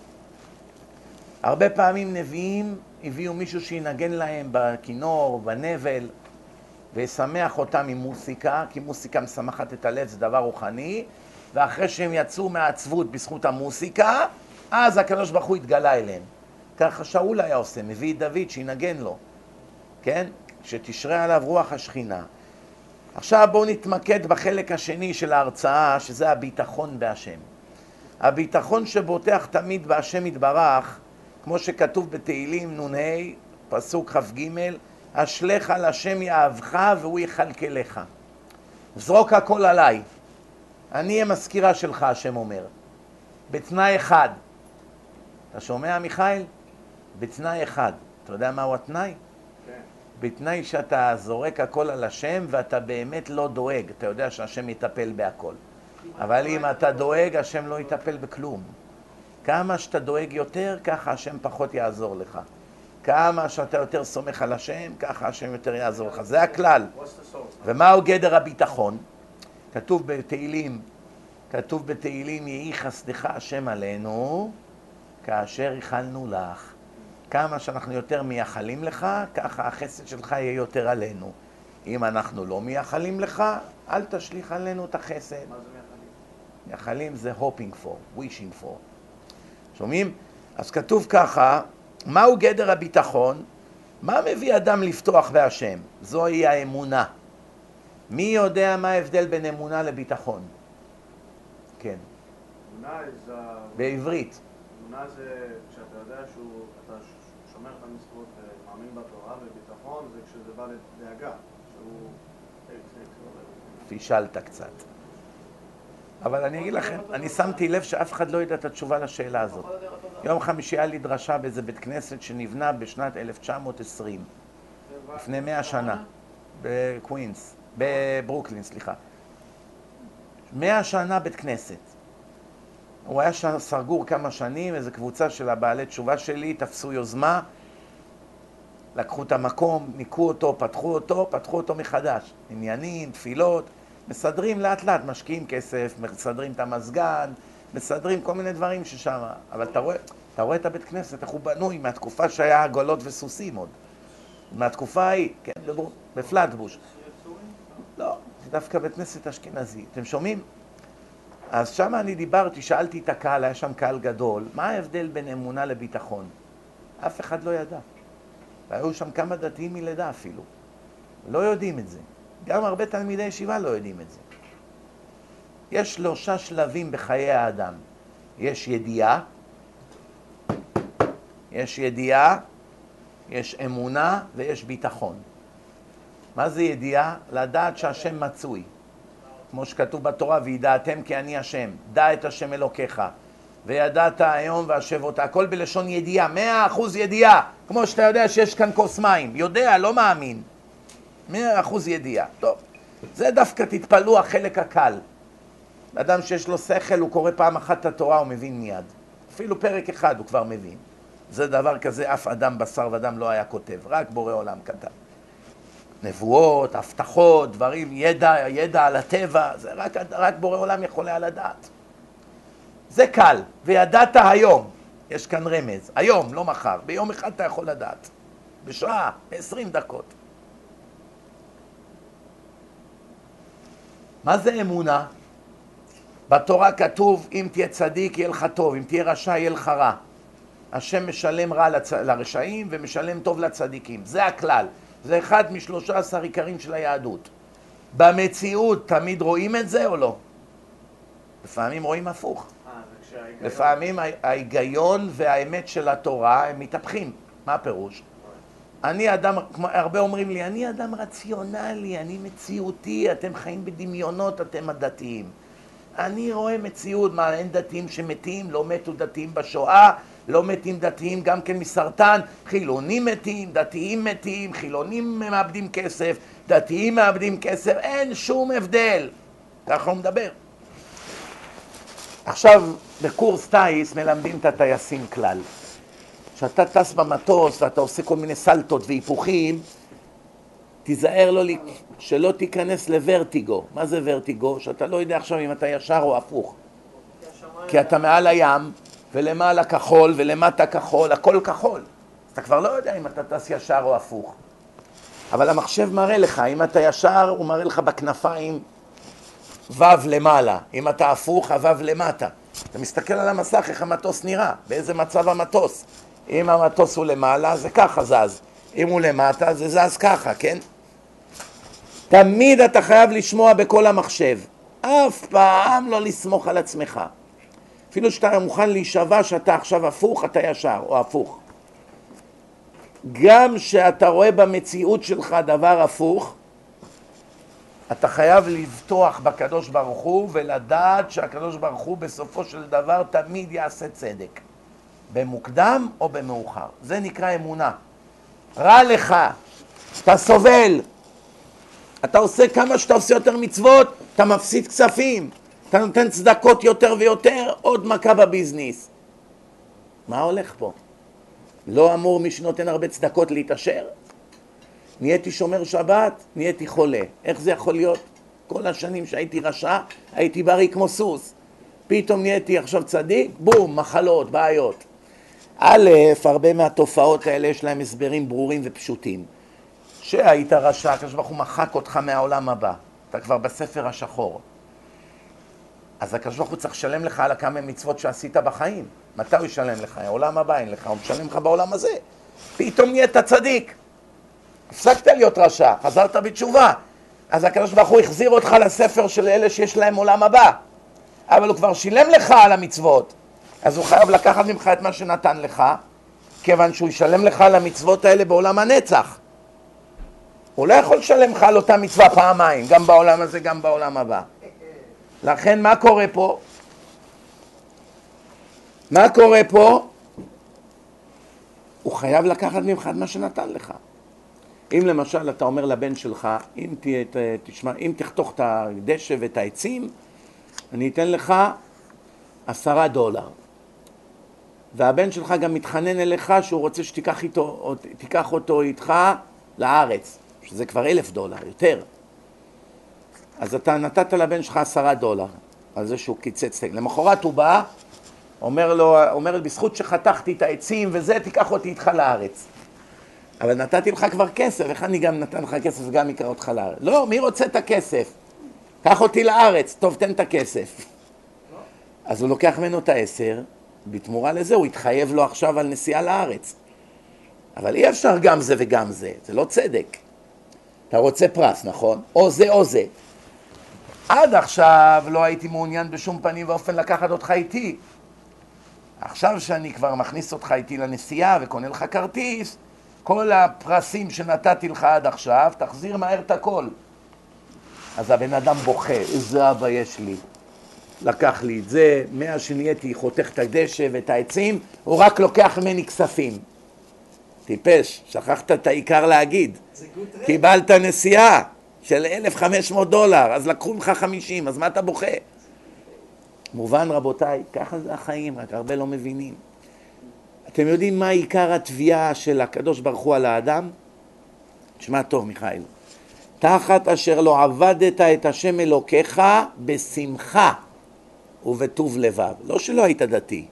הרבה פעמים נביאים הביאו מישהו שינגן להם בכינור, בנבל, וישמח אותם עם מוסיקה, כי מוסיקה משמחת את הלב, זה דבר רוחני, ואחרי שהם יצאו מהעצבות בזכות המוסיקה, אז הקדוש ברוך הוא התגלה אליהם. ככה שאול היה עושה, מביא את דוד שינגן לו, כן? שתשרה עליו רוח השכינה. עכשיו בואו נתמקד בחלק השני של ההרצאה, שזה הביטחון בהשם. הביטחון שבוטח תמיד בהשם יתברך, כמו שכתוב בתהילים נ"ה, פסוק כ"ג, אשליך על השם יאהבך והוא יכלכלך. זרוק הכל עליי. אני המזכירה שלך, השם אומר. בתנאי אחד. אתה שומע, מיכאל? בתנאי אחד. אתה יודע מהו התנאי? כן. בתנאי שאתה זורק הכל על השם ואתה באמת לא דואג. אתה יודע שהשם יטפל בהכל. אבל אם אתה דואג, השם לא יטפל בכלום. כמה שאתה דואג יותר, ככה השם פחות יעזור לך. כמה שאתה יותר סומך על השם, ככה השם יותר יעזור לך. זה הכלל. ומהו גדר הביטחון? כתוב בתהילים, כתוב בתהילים, יהי חסדך השם עלינו, כאשר ייחלנו לך. כמה שאנחנו יותר מייחלים לך, ככה החסד שלך יהיה יותר עלינו. אם אנחנו לא מייחלים לך, אל תשליך עלינו את החסד. מה זה מייחלים? מייחלים זה hoping for, wishing for. שומעים? אז כתוב ככה, מהו גדר הביטחון? מה מביא אדם לפתוח בהשם? זוהי האמונה. מי יודע מה ההבדל בין אמונה לביטחון? כן. אמונה זה... בעברית. אמונה זה כשאתה יודע שאתה שומר את המצוות ומאמין בתורה, וביטחון זה כשזה בא לדאגה, שהוא... פישלת קצת. אבל אני אגיד לכם, אני שמתי לב שאף אחד לא יודע את התשובה לשאלה הזאת. יום חמישי היה לי דרשה באיזה בית כנסת שנבנה בשנת אלף תשע מאות עשרים, לפני מאה שנה, בקווינס, בברוקלין, סליחה. מאה שנה בית כנסת. הוא היה סגור כמה שנים, איזו קבוצה של הבעלי תשובה שלי, תפסו יוזמה, לקחו את המקום, ניקו אותו, פתחו אותו, פתחו אותו מחדש. עניינים, תפילות, מסדרים לאט לאט, משקיעים כסף, מסדרים את המזגן, מסדרים כל מיני דברים ששם. אבל אתה רואה, אתה רואה את הבית כנסת, איך הוא בנוי מהתקופה שהיה עגלות וסוסים עוד. מהתקופה ההיא, כן, בפלטבוש. לא, זה דווקא בית כנסת אשכנזי. אתם שומעים? אז שם אני דיברתי, שאלתי את הקהל, היה שם קהל גדול, מה ההבדל בין אמונה לביטחון? אף אחד לא ידע. והיו שם כמה דתיים מלידה אפילו. לא יודעים את זה. גם הרבה תלמידי ישיבה לא יודעים את זה. יש שלושה שלבים בחיי האדם. יש ידיעה, יש ידיעה, יש אמונה ויש ביטחון. מה זה ידיעה? לדעת שהשם מצוי. כמו שכתוב בתורה, וידעתם כי אני השם, דע את השם אלוקיך, וידעת היום והשב אותה, הכל בלשון ידיעה, מאה אחוז ידיעה, כמו שאתה יודע שיש כאן כוס מים, יודע, לא מאמין, מאה אחוז ידיעה. טוב, זה דווקא תתפלאו החלק הקל. אדם שיש לו שכל, הוא קורא פעם אחת את התורה, הוא מבין מיד. אפילו פרק אחד הוא כבר מבין. זה דבר כזה, אף אדם בשר ודם לא היה כותב, רק בורא עולם כתב. נבואות, הבטחות, דברים, ידע, ידע על הטבע, זה רק, רק בורא עולם יכול היה לדעת. זה קל, וידעת היום, יש כאן רמז, היום, לא מחר, ביום אחד אתה יכול לדעת, בשעה, עשרים דקות. מה זה אמונה? בתורה כתוב, אם תהיה צדיק יהיה לך טוב, אם תהיה רשע יהיה לך רע. השם משלם רע לצ... לרשעים ומשלם טוב לצדיקים, זה הכלל. זה אחד משלושה עשר עיקרים של היהדות. במציאות תמיד רואים את זה או לא? לפעמים רואים הפוך. לפעמים ההיגיון והאמת של התורה הם מתהפכים. מה הפירוש? אני אדם, כמו הרבה אומרים לי, אני אדם רציונלי, אני מציאותי, אתם חיים בדמיונות, אתם הדתיים. אני רואה מציאות, מה, אין דתיים שמתים, לא מתו דתיים בשואה, לא מתים דתיים גם כן מסרטן, חילונים מתים, דתיים מתים, חילונים מאבדים כסף, דתיים מאבדים כסף, אין שום הבדל. ככה הוא מדבר. עכשיו, בקורס טייס מלמדים את הטייסים כלל. כשאתה טס במטוס ואתה עושה כל מיני סלטות והיפוכים, תיזהר לו שלא תיכנס לוורטיגו. מה זה וורטיגו? שאתה לא יודע עכשיו אם אתה ישר או הפוך. כי אתה מעל הים, ולמעלה כחול, ולמטה כחול, הכל כחול. אתה כבר לא יודע אם אתה טס ישר או הפוך. אבל המחשב מראה לך, אם אתה ישר, הוא מראה לך בכנפיים וו למעלה. אם אתה הפוך, הוו למטה. אתה מסתכל על המסך, איך המטוס נראה, באיזה מצב המטוס. אם המטוס הוא למעלה, זה ככה זז. אם הוא למטה, זה זז ככה, כן? תמיד אתה חייב לשמוע בכל המחשב. אף פעם לא לסמוך על עצמך. אפילו שאתה מוכן להישבע שאתה עכשיו הפוך, אתה ישר, או הפוך. גם שאתה רואה במציאות שלך דבר הפוך, אתה חייב לבטוח בקדוש ברוך הוא ולדעת שהקדוש ברוך הוא בסופו של דבר תמיד יעשה צדק. במוקדם או במאוחר. זה נקרא אמונה. רע לך, אתה סובל, אתה עושה כמה שאתה עושה יותר מצוות, אתה מפסיד כספים, אתה נותן צדקות יותר ויותר, עוד מכה בביזניס. מה הולך פה? לא אמור מי שנותן הרבה צדקות להתעשר? נהייתי שומר שבת, נהייתי חולה. איך זה יכול להיות? כל השנים שהייתי רשע, הייתי בריא כמו סוס. פתאום נהייתי עכשיו צדיק, בום, מחלות, בעיות. א', הרבה מהתופעות האלה יש להם הסברים ברורים ופשוטים. שהיית רשע, הקדוש ברוך הוא מחק אותך מהעולם הבא. אתה כבר בספר השחור. אז הקדוש ברוך הוא צריך לשלם לך על הכמה מצוות שעשית בחיים. מתי הוא ישלם לך? העולם הבא אין לך, הוא משלם לך בעולם הזה. פתאום נהיית צדיק. הפסקת להיות רשע, חזרת בתשובה. אז הקדוש ברוך הוא החזיר אותך לספר של אלה שיש להם עולם הבא. אבל הוא כבר שילם לך על המצוות. אז הוא חייב לקחת ממך את מה שנתן לך, כיוון שהוא ישלם לך על המצוות האלה בעולם הנצח. הוא לא יכול לשלם לך על אותה מצווה פעמיים, גם בעולם הזה, גם בעולם הבא. לכן מה קורה פה? מה קורה פה? הוא חייב לקחת ממך את מה שנתן לך. אם למשל אתה אומר לבן שלך, אם, ת, ת, תשמע, אם תחתוך את הדשא ואת העצים, אני אתן לך עשרה דולר. והבן שלך גם מתחנן אליך שהוא רוצה שתיקח איתו, תיקח אותו איתך לארץ, שזה כבר אלף דולר, יותר. אז אתה נתת לבן שלך עשרה דולר, על זה שהוא קיצץ. למחרת הוא בא, אומר לו, אומר, בזכות שחתכתי את העצים וזה, תיקח אותי איתך לארץ. אבל נתתי לך כבר כסף, איך אני גם נתן לך כסף וגם יקרא אותך לארץ? לא, מי רוצה את הכסף? קח אותי לארץ, טוב, תן את הכסף. אז הוא לוקח ממנו את העשר, בתמורה לזה הוא התחייב לו עכשיו על נסיעה לארץ. אבל אי אפשר גם זה וגם זה, זה לא צדק. אתה רוצה פרס, נכון? או זה או זה. עד עכשיו לא הייתי מעוניין בשום פנים ואופן לקחת אותך איתי. עכשיו שאני כבר מכניס אותך איתי לנסיעה וקונה לך כרטיס, כל הפרסים שנתתי לך עד עכשיו, תחזיר מהר את הכל. אז הבן אדם בוכה, איזה אבא יש לי. לקח לי את זה, מאז שנהייתי חותך את הדשא ואת העצים, הוא רק לוקח ממני כספים. טיפש, שכחת את העיקר להגיד. קיבלת נסיעה של אלף וחמש מאות דולר, אז לקחו ממך חמישים, אז מה אתה בוכה? מובן רבותיי, ככה זה החיים, רק הרבה לא מבינים. אתם יודעים מה עיקר התביעה של הקדוש ברוך הוא על האדם? תשמע טוב מיכאל. תחת אשר לא עבדת את השם אלוקיך בשמחה ובטוב לבב. לא שלא היית דתי.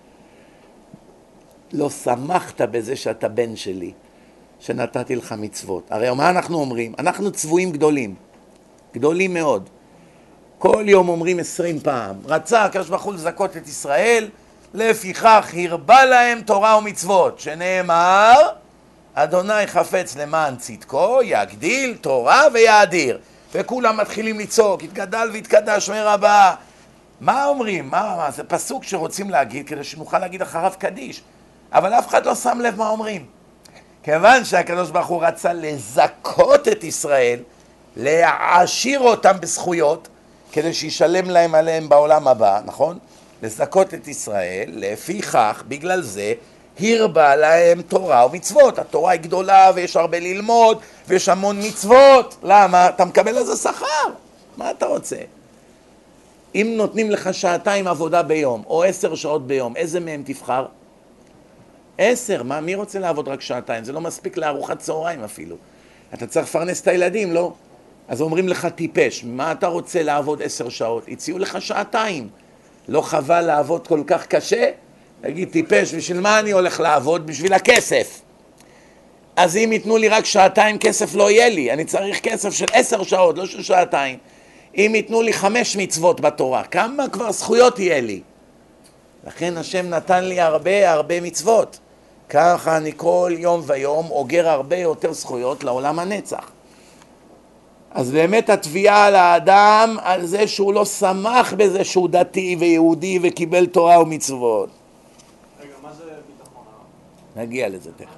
לא שמחת בזה שאתה בן שלי, שנתתי לך מצוות. הרי מה אנחנו אומרים? אנחנו צבועים גדולים. גדולים מאוד. כל יום אומרים עשרים פעם. רצה הקדוש ברוך הוא לזכות את ישראל, לפיכך הרבה להם תורה ומצוות, שנאמר, אדוני חפץ למען צדקו, יגדיל תורה ויאדיר. וכולם מתחילים לצעוק, יתגדל ויתקדש מרבה. מה אומרים? מה, מה? זה פסוק שרוצים להגיד כדי שנוכל להגיד אחריו קדיש. אבל אף אחד לא שם לב מה אומרים. כיוון שהקדוש ברוך הוא רצה לזכות את ישראל, להעשיר אותם בזכויות, כדי שישלם להם עליהם בעולם הבא, נכון? לזכות את ישראל, לפי כך, בגלל זה, הרבה להם תורה ומצוות. התורה היא גדולה ויש הרבה ללמוד ויש המון מצוות. למה? אתה מקבל איזה שכר. מה אתה רוצה? אם נותנים לך שעתיים עבודה ביום או עשר שעות ביום, איזה מהם תבחר? עשר. מה? מי רוצה לעבוד רק שעתיים? זה לא מספיק לארוחת צהריים אפילו. אתה צריך לפרנס את הילדים, לא? אז אומרים לך טיפש. מה אתה רוצה לעבוד עשר שעות? הציעו לך שעתיים. לא חבל לעבוד כל כך קשה? תגיד, טיפש, בשביל מה אני הולך לעבוד? בשביל הכסף. אז אם ייתנו לי רק שעתיים, כסף לא יהיה לי. אני צריך כסף של עשר שעות, לא של שעתיים. אם ייתנו לי חמש מצוות בתורה, כמה כבר זכויות יהיה לי? לכן השם נתן לי הרבה הרבה מצוות. ככה אני כל יום ויום אוגר הרבה יותר זכויות לעולם הנצח. אז באמת התביעה על האדם על זה שהוא לא שמח בזה שהוא דתי ויהודי וקיבל תורה ומצוות. רגע, מה זה ביטחון? נגיע לזה תכף.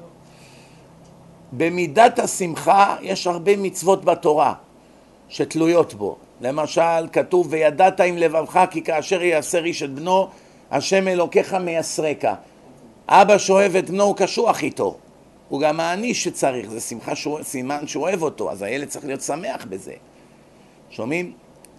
במידת השמחה יש הרבה מצוות בתורה שתלויות בו. למשל כתוב וידעת עם לבבך כי כאשר יעשר איש את בנו השם אלוקיך מייסרק. אבא שאוהב את בנו הוא קשוח איתו, הוא גם מעניש שצריך, זה שמחה שהוא, סימן שהוא אוהב אותו, אז הילד צריך להיות שמח בזה. שומעים?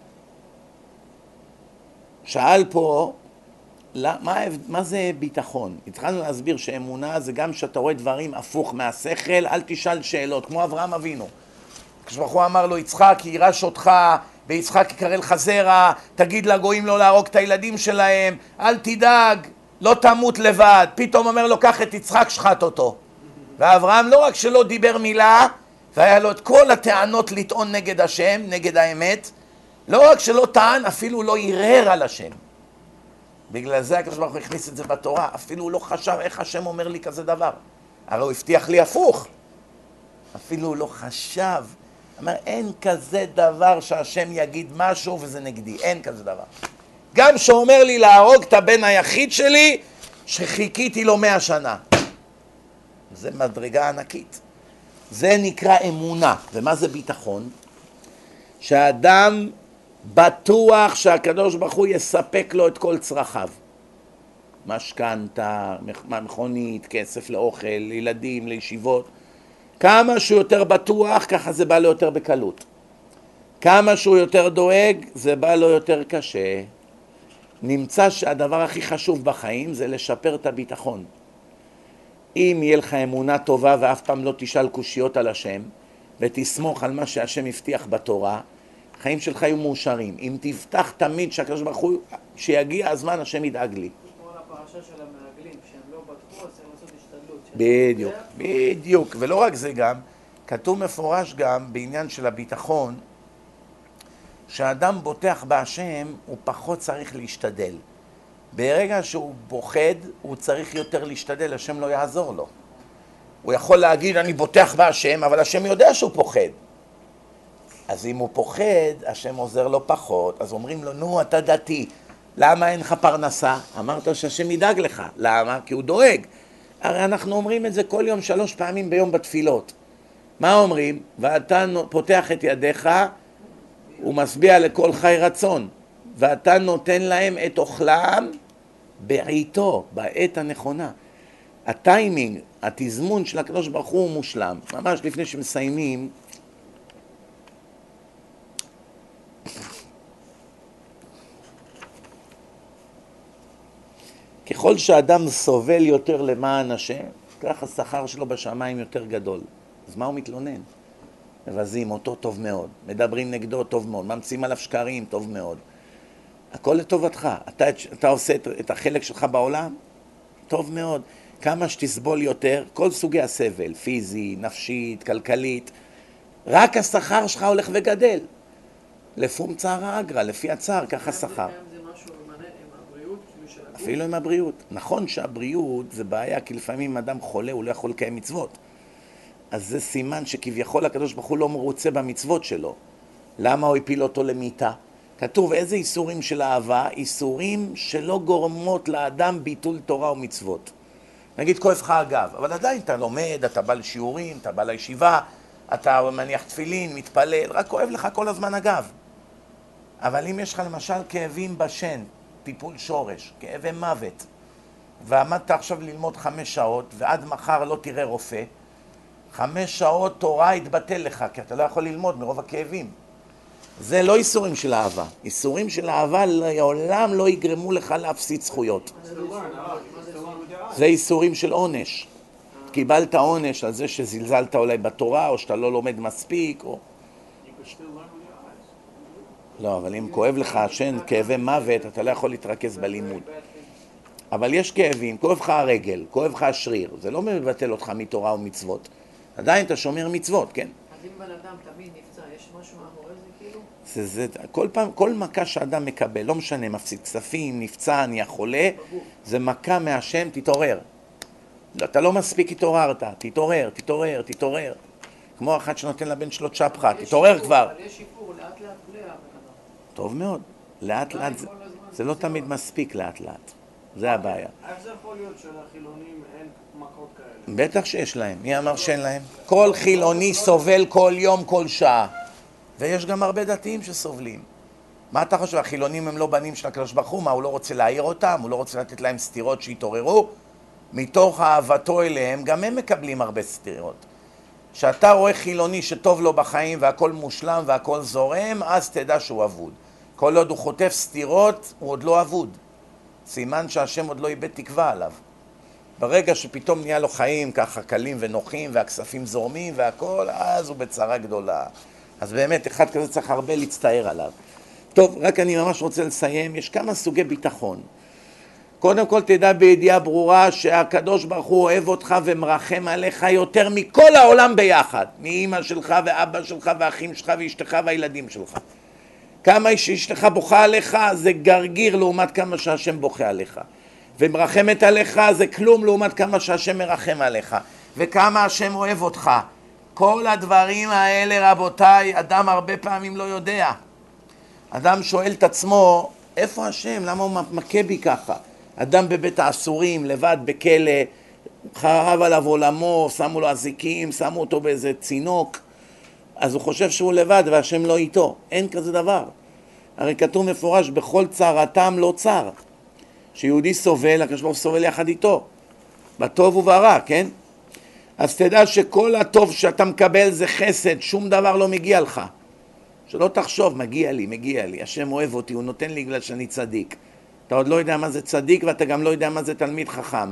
שאל פה מה, מה זה ביטחון? התחלנו להסביר שאמונה זה גם שאתה רואה דברים הפוך מהשכל, אל תשאל שאלות, כמו אברהם אבינו. כשברוך אמר לו יצחק יירש אותך ויצחק יקרא לך זרע, תגיד לגויים לא להרוג את הילדים שלהם, אל תדאג, לא תמות לבד. פתאום אומר לו קח את יצחק שחט אותו. ואברהם לא רק שלא דיבר מילה והיה לו את כל הטענות לטעון נגד השם, נגד האמת, לא רק שלא טען, אפילו לא ערער על השם. בגלל זה הקדוש ברוך הוא הכניס את זה בתורה, אפילו הוא לא חשב איך השם אומר לי כזה דבר. הרי הוא הבטיח לי הפוך. אפילו הוא לא חשב. אמר, אין כזה דבר שהשם יגיד משהו וזה נגדי, אין כזה דבר. גם שאומר לי להרוג את הבן היחיד שלי, שחיכיתי לו מאה שנה. זה מדרגה ענקית. זה נקרא אמונה. ומה זה ביטחון? שהאדם בטוח שהקדוש ברוך הוא יספק לו את כל צרכיו. משכנתה, מכונית, כסף לאוכל, לילדים, לישיבות. כמה שהוא יותר בטוח, ככה זה בא לו יותר בקלות. כמה שהוא יותר דואג, זה בא לו יותר קשה. נמצא שהדבר הכי חשוב בחיים זה לשפר את הביטחון. אם יהיה לך אמונה טובה ואף פעם לא תשאל קושיות על השם, ותסמוך על מה שהשם הבטיח בתורה, החיים שלך יהיו מאושרים. אם תבטח תמיד שהקדוש ברוך הוא, שיגיע הזמן, השם ידאג לי. כמו הפרשה של המרגלים, שהם לא בטחו, אז הם לעשות השתדלות. בדיוק, בדיוק. ולא רק זה גם, כתוב מפורש גם בעניין של הביטחון, שהאדם בוטח בהשם, הוא פחות צריך להשתדל. ברגע שהוא פוחד, הוא צריך יותר להשתדל, השם לא יעזור לו. הוא יכול להגיד, אני בוטח בהשם, אבל השם יודע שהוא פוחד. אז אם הוא פוחד, השם עוזר לו פחות. אז אומרים לו, נו, אתה דתי, למה אין לך פרנסה? אמרת שהשם ידאג לך. למה? כי הוא דואג. הרי אנחנו אומרים את זה כל יום שלוש פעמים ביום בתפילות. מה אומרים? ואתה פותח את ידיך, הוא משביע לכל חי רצון. ואתה נותן להם את אוכלם בעיתו, בעת הנכונה. הטיימינג, התזמון של הקדוש ברוך הוא מושלם. ממש לפני שמסיימים, ככל שאדם סובל יותר למען השם, כך השכר שלו בשמיים יותר גדול. אז מה הוא מתלונן? מבזים אותו טוב מאוד, מדברים נגדו טוב מאוד, ממציאים עליו שקרים טוב מאוד. הכל לטובתך. אתה, אתה עושה את, את החלק שלך בעולם, טוב מאוד. כמה שתסבול יותר, כל סוגי הסבל, פיזי, נפשית, כלכלית, רק השכר שלך הולך וגדל. לפום צער האגרה, לפי הצער, ככה שכר. זה משהו עם הבריאות, של הגוף? אפילו עם הבריאות. נכון שהבריאות זה בעיה, כי לפעמים אדם חולה, הוא לא יכול לקיים מצוות. אז זה סימן שכביכול הקדוש ברוך הוא לא מרוצה במצוות שלו. למה הוא הפיל אותו למיטה? כתוב איזה איסורים של אהבה? איסורים שלא גורמות לאדם ביטול תורה ומצוות. נגיד כואב לך הגב, אבל עדיין אתה לומד, אתה בא לשיעורים, אתה בא לישיבה, אתה מניח תפילין, מתפלל, רק כואב לך כל הזמן הגב. אבל אם יש לך למשל כאבים בשן, טיפול שורש, כאבי מוות, ועמדת עכשיו ללמוד חמש שעות, ועד מחר לא תראה רופא, חמש שעות תורה יתבטל לך, כי אתה לא יכול ללמוד מרוב הכאבים. זה לא איסורים של אהבה. איסורים של אהבה לעולם לא יגרמו לך להפסיד זכויות. זה איסורים של עונש. קיבלת עונש על זה שזלזלת אולי בתורה, או שאתה לא לומד מספיק, או... לא, אבל אם כואב לך השן, כאבי מוות, אתה לא יכול להתרכז בלימוד. אבל יש כאבים, כואב לך הרגל, כואב לך השריר, זה לא מבטל אותך מתורה ומצוות. עדיין אתה שומר מצוות, כן? אז אם בן אדם תמיד נפצע, יש משהו מאחורי זה כאילו? זה, זה, כל פעם, כל מכה שאדם מקבל, לא משנה, מפסיד כספים, נפצע, נהיה חולה, זה מכה מהשם, תתעורר. אתה לא מספיק התעוררת, תתעורר, תתעורר, תתעורר. כמו אחת שנותן לבן שלו צ'פחה, תתעורר כבר. אבל יש שיפור, לאט לאט בלי הבן אדם. טוב מאוד, לאט לאט, זה, זה לא תמיד מספיק לאט לאט. זה הבעיה. איך זה יכול להיות שלחילונים אין מכות כאלה? בטח שיש להם, מי אמר שאין להם? כל חילוני סובל כל יום, כל שעה. ויש גם הרבה דתיים שסובלים. מה אתה חושב? החילונים הם לא בנים של הקדוש ברוך הוא? מה, הוא לא רוצה להעיר אותם? הוא לא רוצה לתת להם סתירות שיתעוררו? מתוך אהבתו אליהם, גם הם מקבלים הרבה סתירות. כשאתה רואה חילוני שטוב לו בחיים והכל מושלם והכל זורם, אז תדע שהוא אבוד. כל עוד הוא חוטף סתירות, הוא עוד לא אבוד. סימן שהשם עוד לא איבד תקווה עליו. ברגע שפתאום נהיה לו חיים ככה קלים ונוחים והכספים זורמים והכל, אז הוא בצרה גדולה. אז באמת אחד כזה צריך הרבה להצטער עליו. טוב, רק אני ממש רוצה לסיים. יש כמה סוגי ביטחון. קודם כל תדע בידיעה ברורה שהקדוש ברוך הוא אוהב אותך ומרחם עליך יותר מכל העולם ביחד. מאמא שלך ואבא שלך ואחים שלך ואשתך והילדים שלך. כמה שאשתך בוכה עליך זה גרגיר לעומת כמה שהשם בוכה עליך. ומרחמת עליך זה כלום לעומת כמה שהשם מרחם עליך. וכמה השם אוהב אותך. כל הדברים האלה רבותיי, אדם הרבה פעמים לא יודע. אדם שואל את עצמו, איפה השם? למה הוא מכה בי ככה? אדם בבית האסורים, לבד בכלא, חרב עליו עולמו, שמו לו אזיקים, שמו אותו באיזה צינוק, אז הוא חושב שהוא לבד והשם לא איתו. אין כזה דבר. הרי כתוב מפורש, בכל צרתם לא צר. שיהודי סובל, הקדוש ברוך הוא סובל יחד איתו. בטוב וברע, כן? אז תדע שכל הטוב שאתה מקבל זה חסד, שום דבר לא מגיע לך. שלא תחשוב, מגיע לי, מגיע לי, השם אוהב אותי, הוא נותן לי בגלל שאני צדיק. אתה עוד לא יודע מה זה צדיק ואתה גם לא יודע מה זה תלמיד חכם.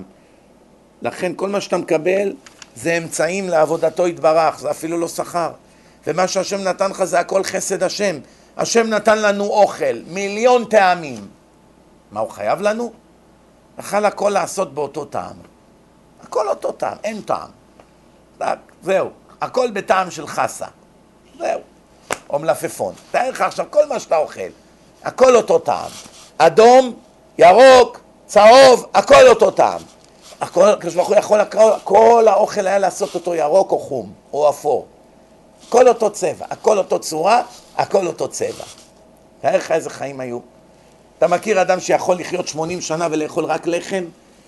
לכן כל מה שאתה מקבל זה אמצעים לעבודתו יתברך, זה אפילו לא שכר. ומה שהשם נתן לך זה הכל חסד השם. השם נתן לנו אוכל, מיליון טעמים. מה הוא חייב לנו? יכול הכל לעשות באותו טעם. הכל אותו טעם, אין טעם. רק, זהו, הכל בטעם של חסה. זהו, או מלפפון. תאר לך עכשיו כל מה שאתה אוכל, הכל אותו טעם. אדום, ירוק, צהוב, הכל אותו טעם. הכל, כשברוך הוא יכול, הכל, כל האוכל היה לעשות אותו ירוק או חום, או אפור. הכל אותו צבע, הכל אותו צורה, הכל אותו צבע. תאר לך איזה חיים היו. אתה מכיר אדם שיכול לחיות שמונים שנה ולאכול רק לחם?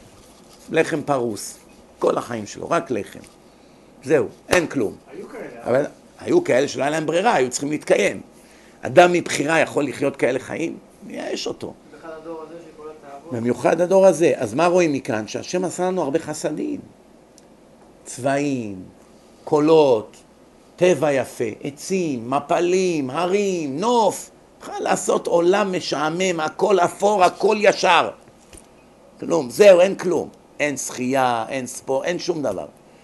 לחם פרוס. כל החיים שלו, רק לחם. זהו, אין כלום. היו כאלה. אבל היו כאלה שלא היה להם ברירה, היו צריכים להתקיים. אדם מבחירה יכול לחיות כאלה חיים? יש אותו. במיוחד הדור הזה שקורא את האבות. במיוחד הדור הזה. אז מה רואים מכאן? שהשם עשה לנו הרבה חסדים. צבעים, קולות, טבע יפה, עצים, מפלים, הרים, נוף. בכלל לעשות עולם משעמם, הכל אפור, הכל ישר. כלום, זהו, אין כלום. אין שחייה, אין ספורט, אין שום דבר.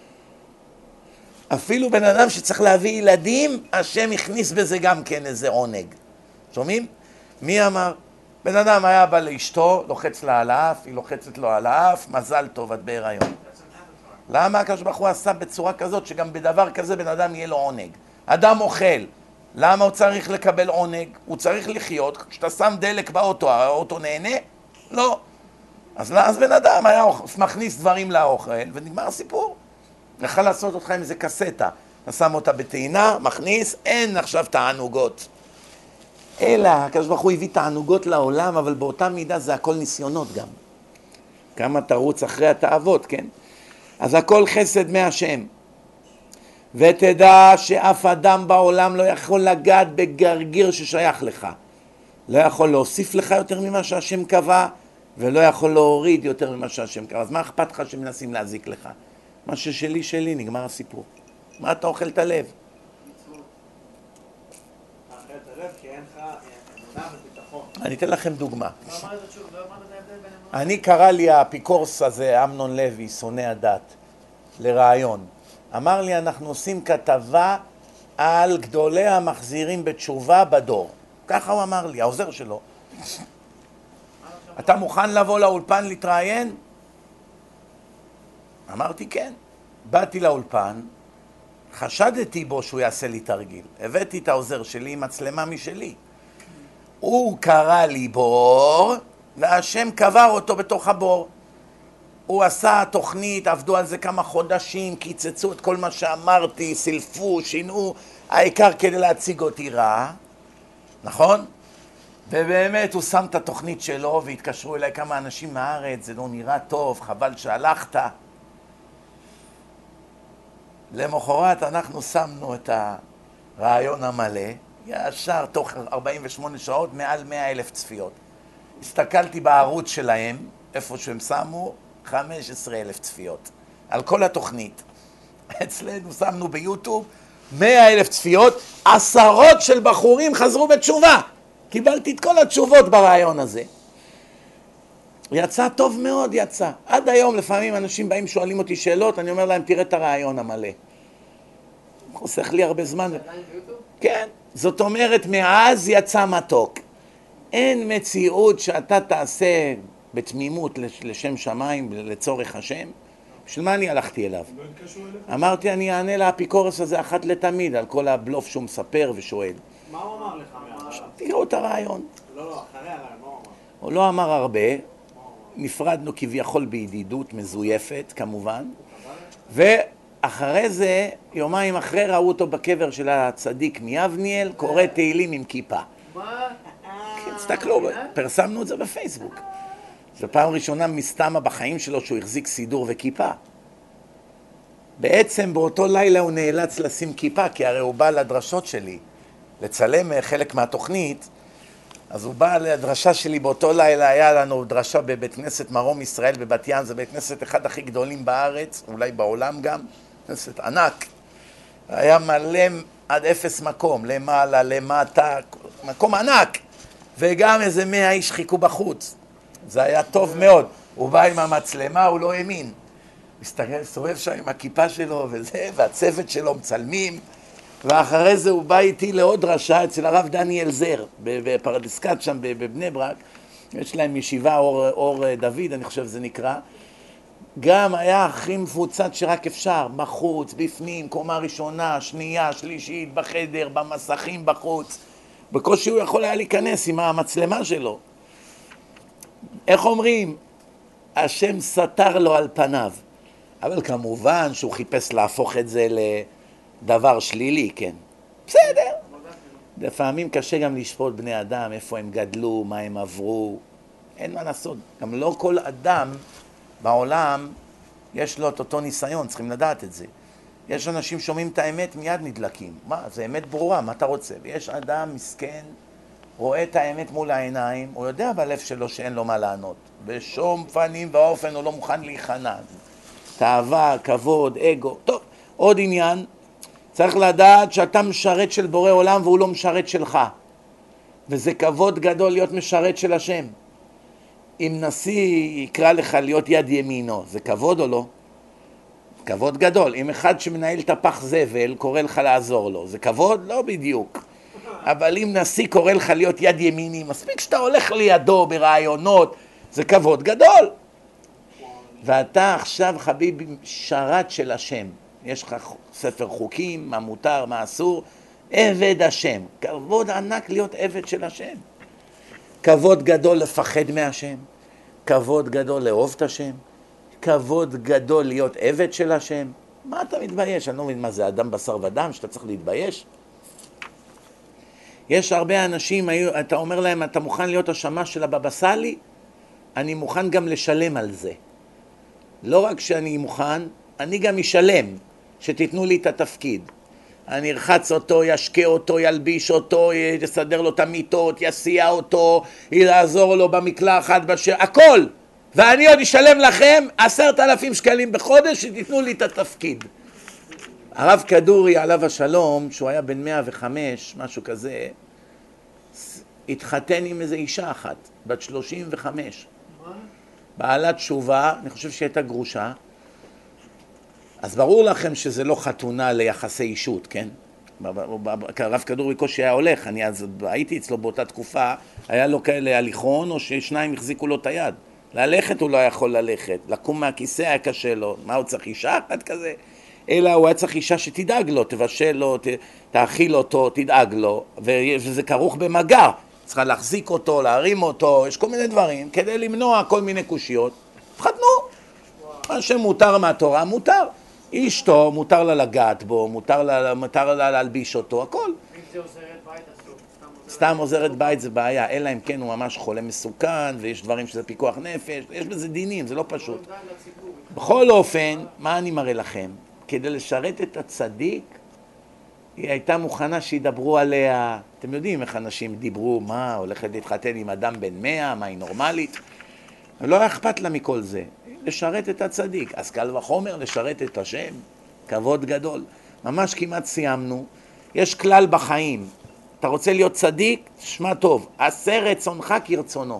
אפילו בן אדם שצריך להביא ילדים, השם הכניס בזה גם כן איזה עונג. שומעים? מי אמר? בן אדם היה בא לאשתו, לוחץ לה על האף, היא לוחצת לו על האף, מזל טוב, את בהיריון. למה הקדוש ברוך הוא עשה בצורה כזאת שגם בדבר כזה בן אדם יהיה לו עונג? אדם אוכל, למה הוא צריך לקבל עונג? הוא צריך לחיות. כשאתה שם דלק באוטו, האוטו נהנה? לא. אז, אז בן אדם היה מכניס דברים לאוכל ונגמר הסיפור. יכל לעשות אותך עם איזה קסטה. אתה שם אותה בטעינה, מכניס, אין עכשיו תענוגות. אלא, הקדוש ברוך הוא הביא תענוגות לעולם, אבל באותה מידה זה הכל ניסיונות גם. כמה תרוץ אחרי התאוות, כן? אז הכל חסד מהשם. ותדע שאף אדם בעולם לא יכול לגעת בגרגיר ששייך לך. לא יכול להוסיף לך יותר ממה שהשם קבע, ולא יכול להוריד יותר ממה שהשם קבע. אז מה אכפת לך שמנסים להזיק לך? מה ששלי שלי, נגמר הסיפור. מה אתה אוכל את הלב? אני אתן לכם דוגמה. אני קרא לי האפיקורס הזה, אמנון לוי, שונא הדת, לרעיון. אמר לי, אנחנו עושים כתבה על גדולי המחזירים בתשובה בדור. ככה הוא אמר לי, העוזר שלו. אתה מוכן לבוא לאולפן להתראיין? אמרתי כן. באתי לאולפן, חשדתי בו שהוא יעשה לי תרגיל. הבאתי את העוזר שלי עם מצלמה משלי. הוא קרא לי בור, והשם קבר אותו בתוך הבור. הוא עשה תוכנית, עבדו על זה כמה חודשים, קיצצו את כל מה שאמרתי, סילפו, שינו, העיקר כדי להציג אותי רע, נכון? ובאמת הוא שם את התוכנית שלו, והתקשרו אליי כמה אנשים מהארץ, זה לא נראה טוב, חבל שהלכת. למחרת אנחנו שמנו את הרעיון המלא, ישר תוך ארבעים ושמונה שעות מעל מאה אלף צפיות. הסתכלתי בערוץ שלהם, איפה שהם שמו, חמש עשרה אלף צפיות. על כל התוכנית. אצלנו שמנו ביוטיוב מאה אלף צפיות, עשרות של בחורים חזרו בתשובה. קיבלתי את כל התשובות ברעיון הזה. יצא טוב מאוד, יצא. עד היום לפעמים אנשים באים שואלים אותי שאלות, אני אומר להם, תראה את הרעיון המלא. חוסך לי הרבה זמן. כן, זאת אומרת, מאז יצא מתוק. אין מציאות שאתה תעשה בתמימות לשם שמיים, לצורך השם. בשביל מה אני הלכתי אליו? אמרתי, אני אענה לאפיקורס הזה אחת לתמיד, על כל הבלוף שהוא מספר ושואל. מה הוא אמר לך מהרעיון? תראו את הרעיון. לא, לא, אחרי הרעיון, מה הוא אמר? הוא לא אמר הרבה, נפרדנו כביכול בידידות מזויפת כמובן, ואחרי זה, יומיים אחרי, ראו אותו בקבר של הצדיק מיבניאל, קורא תהילים עם כיפה. מה? תסתכלו, פרסמנו את זה בפייסבוק. זו פעם ראשונה מסתמה בחיים שלו שהוא החזיק סידור וכיפה. בעצם באותו לילה הוא נאלץ לשים כיפה, כי הרי הוא בא לדרשות שלי, לצלם חלק מהתוכנית, אז הוא בא לדרשה שלי באותו לילה, היה לנו דרשה בבית כנסת מרום ישראל בבת ים, זה בית כנסת אחד הכי גדולים בארץ, אולי בעולם גם, כנסת ענק. היה מלא עד אפס מקום, למעלה, למטה, מקום ענק, וגם איזה מאה איש חיכו בחוץ. זה היה טוב מאוד. הוא בא עם המצלמה, הוא לא האמין. מסתכל, סובב שם עם הכיפה שלו וזה, והצוות שלו מצלמים, ואחרי זה הוא בא איתי לעוד דרשה אצל הרב דניאל זר, בפרדסקת שם בבני ברק, יש להם ישיבה אור, אור דוד, אני חושב זה נקרא, גם היה הכי מפוצץ שרק אפשר, בחוץ, בפנים, קומה ראשונה, שנייה, שלישית, בחדר, במסכים בחוץ, בקושי הוא יכול היה להיכנס עם המצלמה שלו. איך אומרים? השם סתר לו על פניו, אבל כמובן שהוא חיפש להפוך את זה לדבר שלילי, כן. בסדר. לפעמים קשה גם לשפוט בני אדם, איפה הם גדלו, מה הם עברו, אין מה לעשות. גם לא כל אדם בעולם יש לו את אותו ניסיון, צריכים לדעת את זה. יש אנשים שומעים את האמת מיד נדלקים. מה? זה אמת ברורה, מה אתה רוצה? ויש אדם מסכן, רואה את האמת מול העיניים, הוא יודע בלב שלו שאין לו מה לענות. בשום פנים ואופן הוא לא מוכן להיכנע. תאווה, כבוד, אגו. טוב, עוד עניין, צריך לדעת שאתה משרת של בורא עולם והוא לא משרת שלך. וזה כבוד גדול להיות משרת של השם. אם נשיא יקרא לך להיות יד ימינו, זה כבוד או לא? כבוד גדול. אם אחד שמנהל את הפח זבל קורא לך לעזור לו, זה כבוד? לא בדיוק. אבל אם נשיא קורא לך להיות יד ימיני, מספיק שאתה הולך לידו ברעיונות, זה כבוד גדול. ואתה עכשיו חביבי שרת של השם. יש לך ספר חוקים, מה מותר, מה אסור, עבד השם. כבוד ענק להיות עבד של השם. כבוד גדול לפחד מהשם, כבוד גדול לאהוב את השם, כבוד גדול להיות עבד של השם. מה אתה מתבייש? אני לא מבין מה זה, אדם בשר ודם, שאתה צריך להתבייש? יש הרבה אנשים, אתה אומר להם, אתה מוכן להיות השמש של הבבא סאלי? אני מוכן גם לשלם על זה. לא רק שאני מוכן, אני גם אשלם שתיתנו לי את התפקיד. אני ארחץ אותו, ישקה אותו, ילביש אותו, יסדר לו את המיטות, יסיע אותו, יעזור לו במקלחת, בשיר, הכל. ואני עוד אשלם לכם עשרת אלפים שקלים בחודש שתיתנו לי את התפקיד. הרב כדורי עליו השלום, שהוא היה בן מאה וחמש, משהו כזה, התחתן עם איזו אישה אחת, בת שלושים וחמש. בעלת תשובה, אני חושב שהיא הייתה גרושה. אז ברור לכם שזה לא חתונה ליחסי אישות, כן? הרב כדור בקושי היה הולך, אני אז הייתי אצלו באותה תקופה, היה לו כאלה הליכון או ששניים החזיקו לו את היד. ללכת הוא לא יכול ללכת, לקום מהכיסא היה קשה לו, מה הוא צריך אישה אחת כזה? אלא הוא היה צריך אישה שתדאג לו, תבשל לו, ת, תאכיל אותו, תדאג לו, וזה כרוך במגע, צריכה להחזיק אותו, להרים אותו, יש כל מיני דברים, כדי למנוע כל מיני קושיות, תחתנו, מה שמותר מהתורה מותר. אשתו, מותר לה לגעת בו, מותר לה, מותר לה להלביש אותו, הכל. אם זה עוזרת בית, אסור. סתם עוזרת בית זה בעיה, אלא אם כן הוא ממש חולה מסוכן, ויש דברים שזה פיקוח נפש, יש בזה דינים, זה לא פשוט. בכל אופן, מה אני מראה לכם? כדי לשרת את הצדיק, היא הייתה מוכנה שידברו עליה. אתם יודעים איך אנשים דיברו, מה, הולכת להתחתן עם אדם בן מאה, מה היא נורמלית? לא היה אכפת לה מכל זה. לשרת את הצדיק, אז קל וחומר לשרת את השם, כבוד גדול. ממש כמעט סיימנו. יש כלל בחיים, אתה רוצה להיות צדיק, שמע טוב, עשה רצונך כרצונו.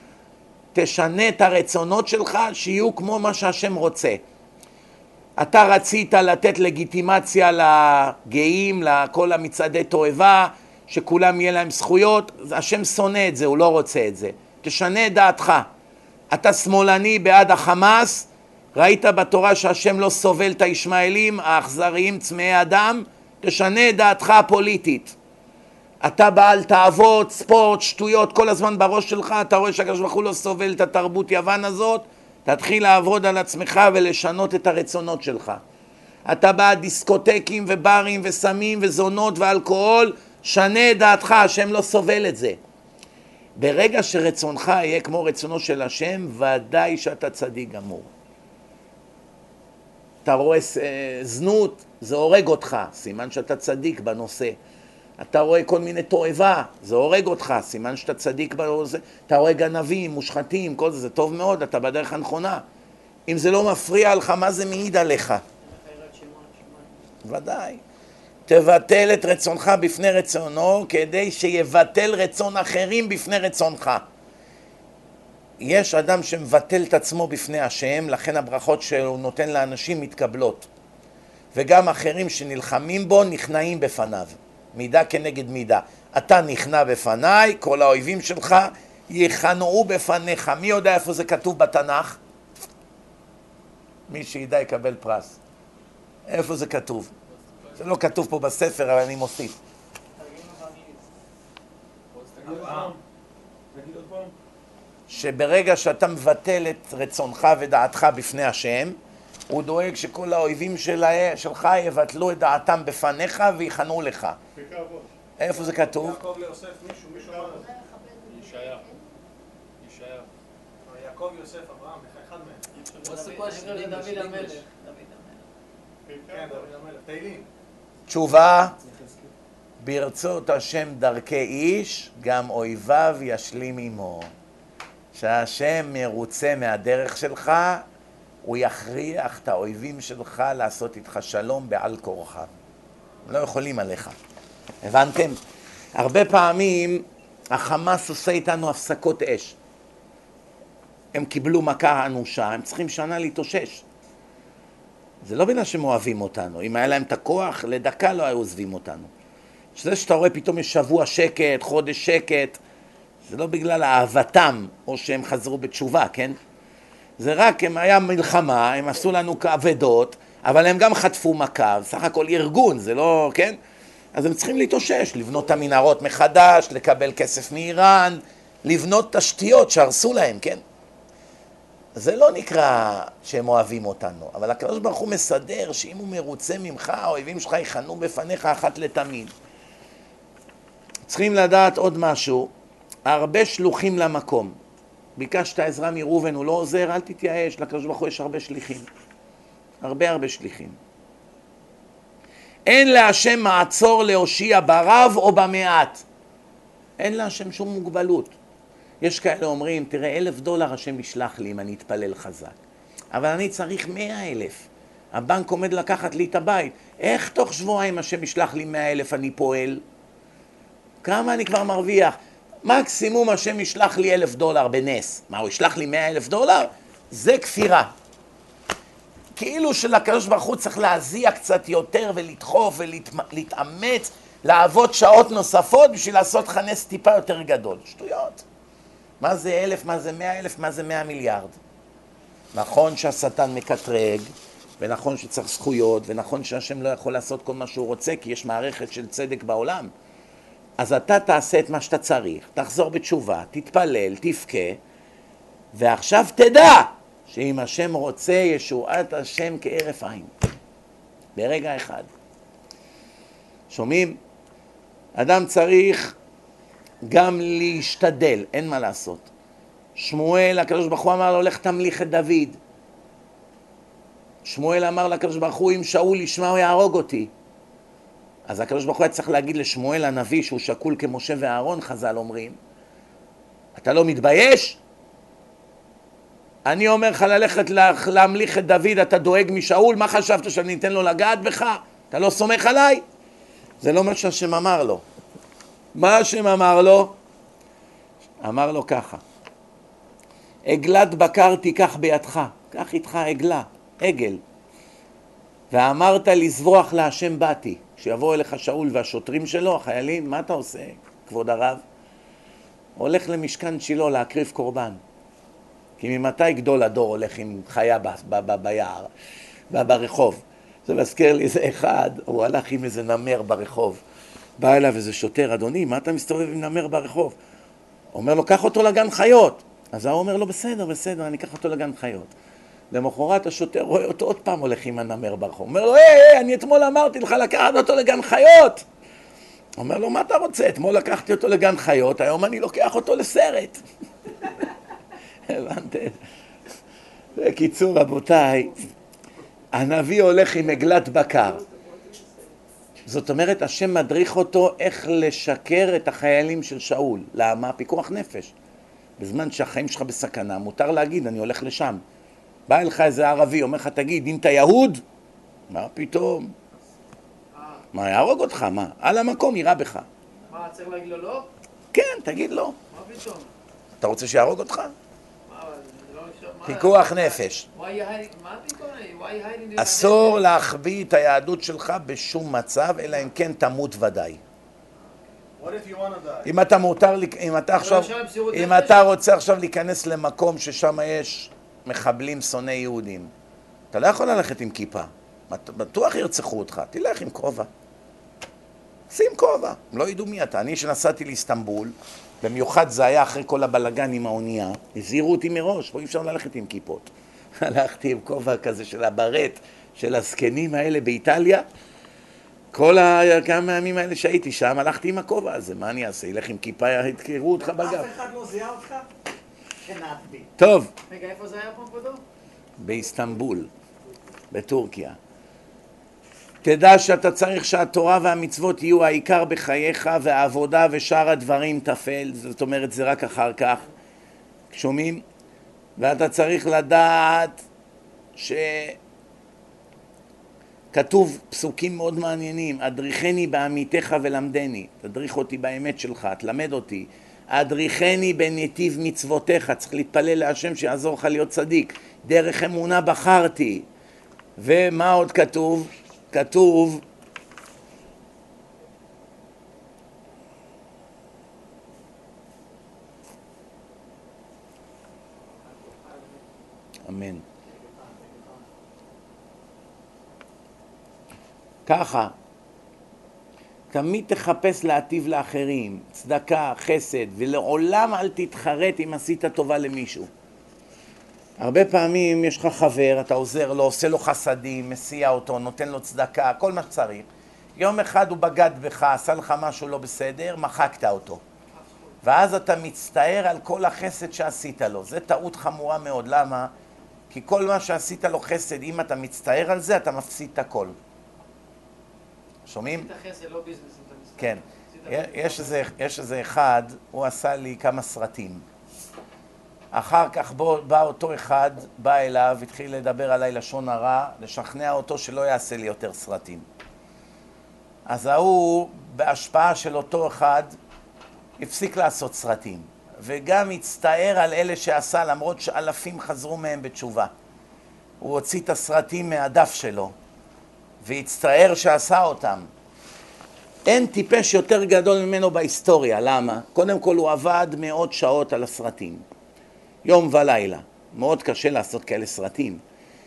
תשנה את הרצונות שלך שיהיו כמו מה שהשם רוצה. אתה רצית לתת לגיטימציה לגאים, לכל המצעדי תועבה, שכולם יהיה להם זכויות, השם שונא את זה, הוא לא רוצה את זה. תשנה את דעתך. אתה שמאלני בעד החמאס, ראית בתורה שהשם לא סובל את הישמעאלים, האכזריים צמאי אדם, תשנה את דעתך הפוליטית. אתה בעל תאוות, ספורט, שטויות, כל הזמן בראש שלך, אתה רואה שהקדוש ברוך הוא לא סובל את התרבות יוון הזאת, תתחיל לעבוד על עצמך ולשנות את הרצונות שלך. אתה בעד דיסקוטקים וברים וסמים וזונות ואלכוהול, שנה את דעתך, השם לא סובל את זה. ברגע שרצונך יהיה כמו רצונו של השם, ודאי שאתה צדיק גמור. אתה רואה זנות, זה הורג אותך, סימן שאתה צדיק בנושא. אתה רואה כל מיני תועבה, זה הורג אותך, סימן שאתה צדיק בנושא. אתה רואה גנבים, מושחתים, כל זה, זה טוב מאוד, אתה בדרך הנכונה. אם זה לא מפריע לך, מה זה מעיד עליך? ודאי. תבטל את רצונך בפני רצונו, כדי שיבטל רצון אחרים בפני רצונך. יש אדם שמבטל את עצמו בפני השם, לכן הברכות שהוא נותן לאנשים מתקבלות. וגם אחרים שנלחמים בו נכנעים בפניו. מידה כנגד מידה. אתה נכנע בפניי, כל האויבים שלך יכנעו בפניך. מי יודע איפה זה כתוב בתנ"ך? מי שידע יקבל פרס. איפה זה כתוב? זה לא כתוב פה בספר, אבל אני מוסיף. שברגע שאתה מבטל את רצונך ודעתך בפני השם, הוא דואג שכל האויבים שלך יבטלו את דעתם בפניך ויכנעו לך. איפה זה כתוב? יעקב ליוסף, מישהו, מישהו אמר את זה. ישעיה. ישעיה. יעקב, יוסף, אברהם, אחד מהם. בסיפור שקוראים לדוד המלך. כן, דוד המלך. תהילים. תשובה, ברצות השם דרכי איש, גם אויביו ישלים עמו. שהשם מרוצה מהדרך שלך, הוא יכריח את האויבים שלך לעשות איתך שלום בעל כורחם. הם לא יכולים עליך. הבנתם? הרבה פעמים החמאס עושה איתנו הפסקות אש. הם קיבלו מכה אנושה, הם צריכים שנה להתאושש. זה לא בגלל שהם אוהבים אותנו. אם היה להם את הכוח, לדקה לא היו עוזבים אותנו. שזה שאתה רואה פתאום יש שבוע שקט, חודש שקט, זה לא בגלל אהבתם או שהם חזרו בתשובה, כן? זה רק, הם היה מלחמה, הם עשו לנו כבדות, אבל הם גם חטפו מכה, סך הכל ארגון, זה לא, כן? אז הם צריכים להתאושש, לבנות את המנהרות מחדש, לקבל כסף מאיראן, לבנות תשתיות שהרסו להם, כן? זה לא נקרא שהם אוהבים אותנו, אבל הקדוש ברוך הוא מסדר שאם הוא מרוצה ממך, האויבים שלך יכנו בפניך אחת לתמיד. צריכים לדעת עוד משהו, הרבה שלוחים למקום. ביקשת עזרה מראובן, הוא לא עוזר, אל תתייאש, לקדוש ברוך הוא יש הרבה שליחים. הרבה הרבה שליחים. אין להשם מעצור להושיע ברב או במעט. אין להשם שום מוגבלות. יש כאלה אומרים, תראה, אלף דולר השם ישלח לי אם אני אתפלל חזק. אבל אני צריך מאה אלף. הבנק עומד לקחת לי את הבית. איך תוך שבועיים השם ישלח לי מאה אלף אני פועל? כמה אני כבר מרוויח? מקסימום השם ישלח לי אלף דולר בנס. מה, הוא ישלח לי מאה אלף דולר? זה כפירה. כאילו שלקדוש ברוך הוא צריך להזיע קצת יותר ולדחוף ולהתאמץ, לעבוד שעות נוספות בשביל לעשות לך נס טיפה יותר גדול. שטויות. מה זה אלף, מה זה מאה אלף, מה זה מאה מיליארד? נכון שהשטן מקטרג, ונכון שצריך זכויות, ונכון שהשם לא יכול לעשות כל מה שהוא רוצה, כי יש מערכת של צדק בעולם. אז אתה תעשה את מה שאתה צריך, תחזור בתשובה, תתפלל, תבכה, ועכשיו תדע שאם השם רוצה, ישועת השם כהרף עין. ברגע אחד. שומעים? אדם צריך גם להשתדל, אין מה לעשות. שמואל, הקדוש ברוך הוא אמר לו, לך תמליך את דוד. שמואל אמר לקדוש ברוך הוא, אם שאול ישמע הוא יהרוג אותי. אז הקדוש ברוך הוא היה צריך להגיד לשמואל הנביא, שהוא שקול כמשה ואהרון, חז"ל אומרים, אתה לא מתבייש? אני אומר לך ללכת להמליך את דוד, אתה דואג משאול, מה חשבת שאני אתן לו לגעת בך? אתה לא סומך עליי? זה לא מה שהשם אמר לו. מה השם אמר לו? אמר לו ככה, עגלת בקר תיקח בידך, קח איתך עגלה, עגל, ואמרת לזבוח להשם באתי. כשיבוא אליך שאול והשוטרים שלו, החיילים, מה אתה עושה, כבוד הרב? הולך למשכן שילה להקריב קורבן. כי ממתי גדול הדור הולך עם חיה ב- ב- ב- ביער, ב- ברחוב? זה מזכיר לי איזה אחד, הוא הלך עם איזה נמר ברחוב. בא אליו איזה שוטר, אדוני, מה אתה מסתובב עם נמר ברחוב? אומר לו, קח אותו לגן חיות. אז הוא אומר לו, בסדר, בסדר, אני אקח אותו לגן חיות. למחרת השוטר רואה אותו עוד פעם הולך עם הנמר ברחוב. אומר לו, היי, היי, אני אתמול אמרתי לך לקחת אותו לגן חיות. אומר לו, מה אתה רוצה? אתמול לקחתי אותו לגן חיות, היום אני לוקח אותו לסרט. הבנתם? בקיצור, רבותיי, הנביא הולך עם עגלת בקר. זאת אומרת, השם מדריך אותו איך לשקר את החיילים של שאול. למה? פיקוח נפש. בזמן שהחיים שלך בסכנה, מותר להגיד, אני הולך לשם. בא אליך איזה ערבי, אומר לך, תגיד, אם אתה יהוד? מה פתאום? מה, יהרוג אותך? מה? על המקום יירה בך. מה, צריך להגיד לו לא? כן, תגיד לא. מה פתאום? אתה רוצה שיהרוג אותך? מה, זה לא אפשר... מה- פיקוח נפש. Why you hiding? מה פתאום? Why you hiding? אסור להחביא את היהדות שלך בשום מצב, אלא אם כן תמות ודאי. What if you want to die? אם אתה מותר, אם אתה עכשיו, אפשר במסירות אם נפש? אתה רוצה עכשיו להיכנס למקום ששם יש מחבלים שונאי יהודים, אתה לא יכול ללכת עם כיפה. בטוח ירצחו אותך, תלך עם כובע. שים כובע, הם לא ידעו מי אתה. אני שנסעתי לאיסטנבול, במיוחד זה היה אחרי כל הבלגן עם האונייה, הזהירו אותי מראש, פה אי אפשר ללכת עם כיפות. הלכתי עם כובע כזה של הברט, של הזקנים האלה באיטליה. כל כמה הימים האלה שהייתי שם, הלכתי עם הכובע הזה. מה אני אעשה? ילך עם כיפה, יתקרו אותך בגב. אף אחד לא זיהה אותך? שנעתי. טוב, רגע, איפה זה היה פה כבודו? באיסטנבול, בטורקיה. תדע שאתה צריך שהתורה והמצוות יהיו העיקר בחייך, והעבודה ושאר הדברים תפל, זאת אומרת זה רק אחר כך. שומעים? ואתה צריך לדעת שכתוב פסוקים מאוד מעניינים, אדריכני בעמיתך ולמדני, תדריך אותי באמת שלך, תלמד אותי, אדריכני בנתיב מצוותיך, צריך להתפלל להשם שיעזור לך להיות צדיק, דרך אמונה בחרתי. ומה עוד כתוב? כתוב אמן. ככה, תמיד תחפש להטיב לאחרים, צדקה, חסד, ולעולם אל תתחרט אם עשית טובה למישהו. הרבה פעמים יש לך חבר, אתה עוזר לו, עושה לו חסדים, מסיע אותו, נותן לו צדקה, כל מה שצריך. יום אחד הוא בגד בך, עשה לך משהו לא בסדר, מחקת אותו. ואז אתה מצטער על כל החסד שעשית לו. זה טעות חמורה מאוד. למה? כי כל מה שעשית לו חסד, אם אתה מצטער על זה, אתה מפסיד את הכל. שומעים? עשית חסד, לא ביזנס, אתה מצטער. כן. עשית יש איזה, יש איזה אחד, הוא עשה לי כמה סרטים. אחר כך בוא, בא אותו אחד, בא אליו, התחיל לדבר עליי לשון הרע, לשכנע אותו שלא יעשה לי יותר סרטים. אז ההוא, בהשפעה של אותו אחד, הפסיק לעשות סרטים, וגם הצטער על אלה שעשה, למרות שאלפים חזרו מהם בתשובה. הוא הוציא את הסרטים מהדף שלו, והצטער שעשה אותם. אין טיפש יותר גדול ממנו בהיסטוריה. למה? קודם כל הוא עבד מאות שעות על הסרטים. יום ולילה. מאוד קשה לעשות כאלה סרטים.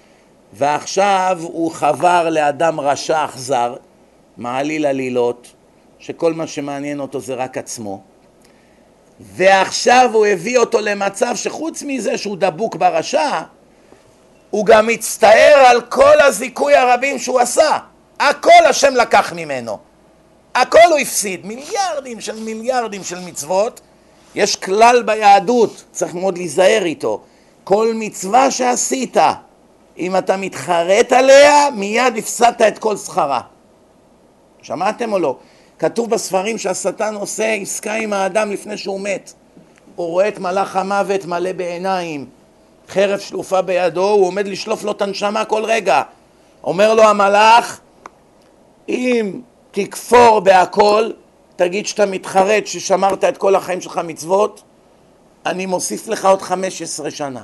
ועכשיו הוא חבר לאדם רשע אכזר, מעליל עלילות, שכל מה שמעניין אותו זה רק עצמו. ועכשיו הוא הביא אותו למצב שחוץ מזה שהוא דבוק ברשע, הוא גם מצטער על כל הזיכוי הרבים שהוא עשה. הכל השם לקח ממנו. הכל הוא הפסיד. מיליארדים של מיליארדים של מצוות. יש כלל ביהדות, צריך מאוד להיזהר איתו. כל מצווה שעשית, אם אתה מתחרט עליה, מיד הפסדת את כל שכרה. שמעתם או לא? כתוב בספרים שהשטן עושה עסקה עם האדם לפני שהוא מת. הוא רואה את מלאך המוות מלא בעיניים, חרב שלופה בידו, הוא עומד לשלוף לו את הנשמה כל רגע. אומר לו המלאך, אם תכפור בהכל, תגיד שאתה מתחרט ששמרת את כל החיים שלך מצוות, אני מוסיף לך עוד חמש עשרה שנה.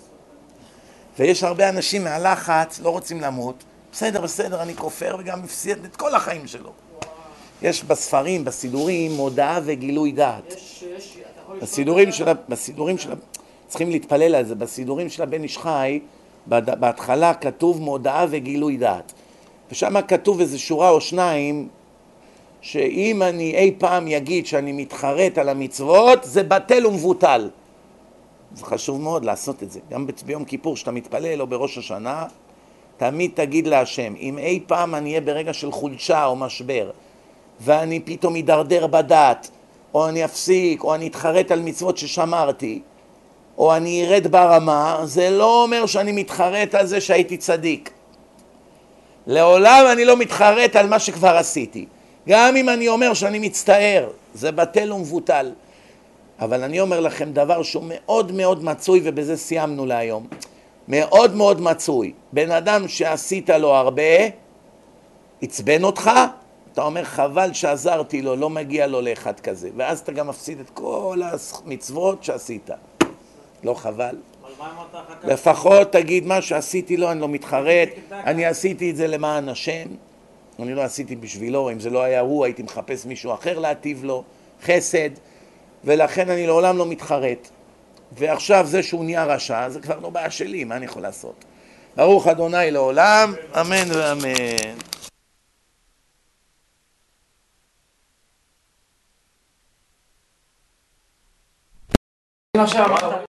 ויש הרבה אנשים מהלחץ, לא רוצים למות, בסדר, בסדר, אני כופר, וגם הפסיד את כל החיים שלו. יש בספרים, בסידורים, מודעה וגילוי דעת. יש, יש, אתה יכול בסידורים של, בסידורים של, צריכים להתפלל על זה, בסידורים של הבן איש חי, בהתחלה כתוב מודעה וגילוי דעת. ושם כתוב איזו שורה או שניים, שאם אני אי פעם יגיד שאני מתחרט על המצוות, זה בטל ומבוטל. זה חשוב מאוד לעשות את זה. גם ביום כיפור שאתה מתפלל או בראש השנה, תמיד תגיד להשם, אם אי פעם אני אהיה ברגע של חולשה או משבר, ואני פתאום ידרדר בדעת, או אני אפסיק, או אני אתחרט על מצוות ששמרתי, או אני ירד ברמה, זה לא אומר שאני מתחרט על זה שהייתי צדיק. לעולם אני לא מתחרט על מה שכבר עשיתי. גם אם אני אומר שאני מצטער, זה בטל ומבוטל. אבל אני אומר לכם דבר שהוא מאוד מאוד מצוי, ובזה סיימנו להיום. מאוד מאוד מצוי. בן אדם שעשית לו הרבה, עצבן אותך, אתה אומר חבל שעזרתי לו, לא מגיע לו לאחד כזה. ואז אתה גם מפסיד את כל המצוות שעשית. לא חבל? לפחות תגיד מה שעשיתי לו, אני לא מתחרט, אני עשיתי את זה למען השם, אני לא עשיתי בשבילו, אם זה לא היה הוא, הייתי מחפש מישהו אחר להטיב לו, חסד, ולכן אני לעולם לא מתחרט. ועכשיו זה שהוא נהיה רשע, זה כבר לא בעיה שלי, מה אני יכול לעשות? ברוך אדוני לעולם, אמן ואמן.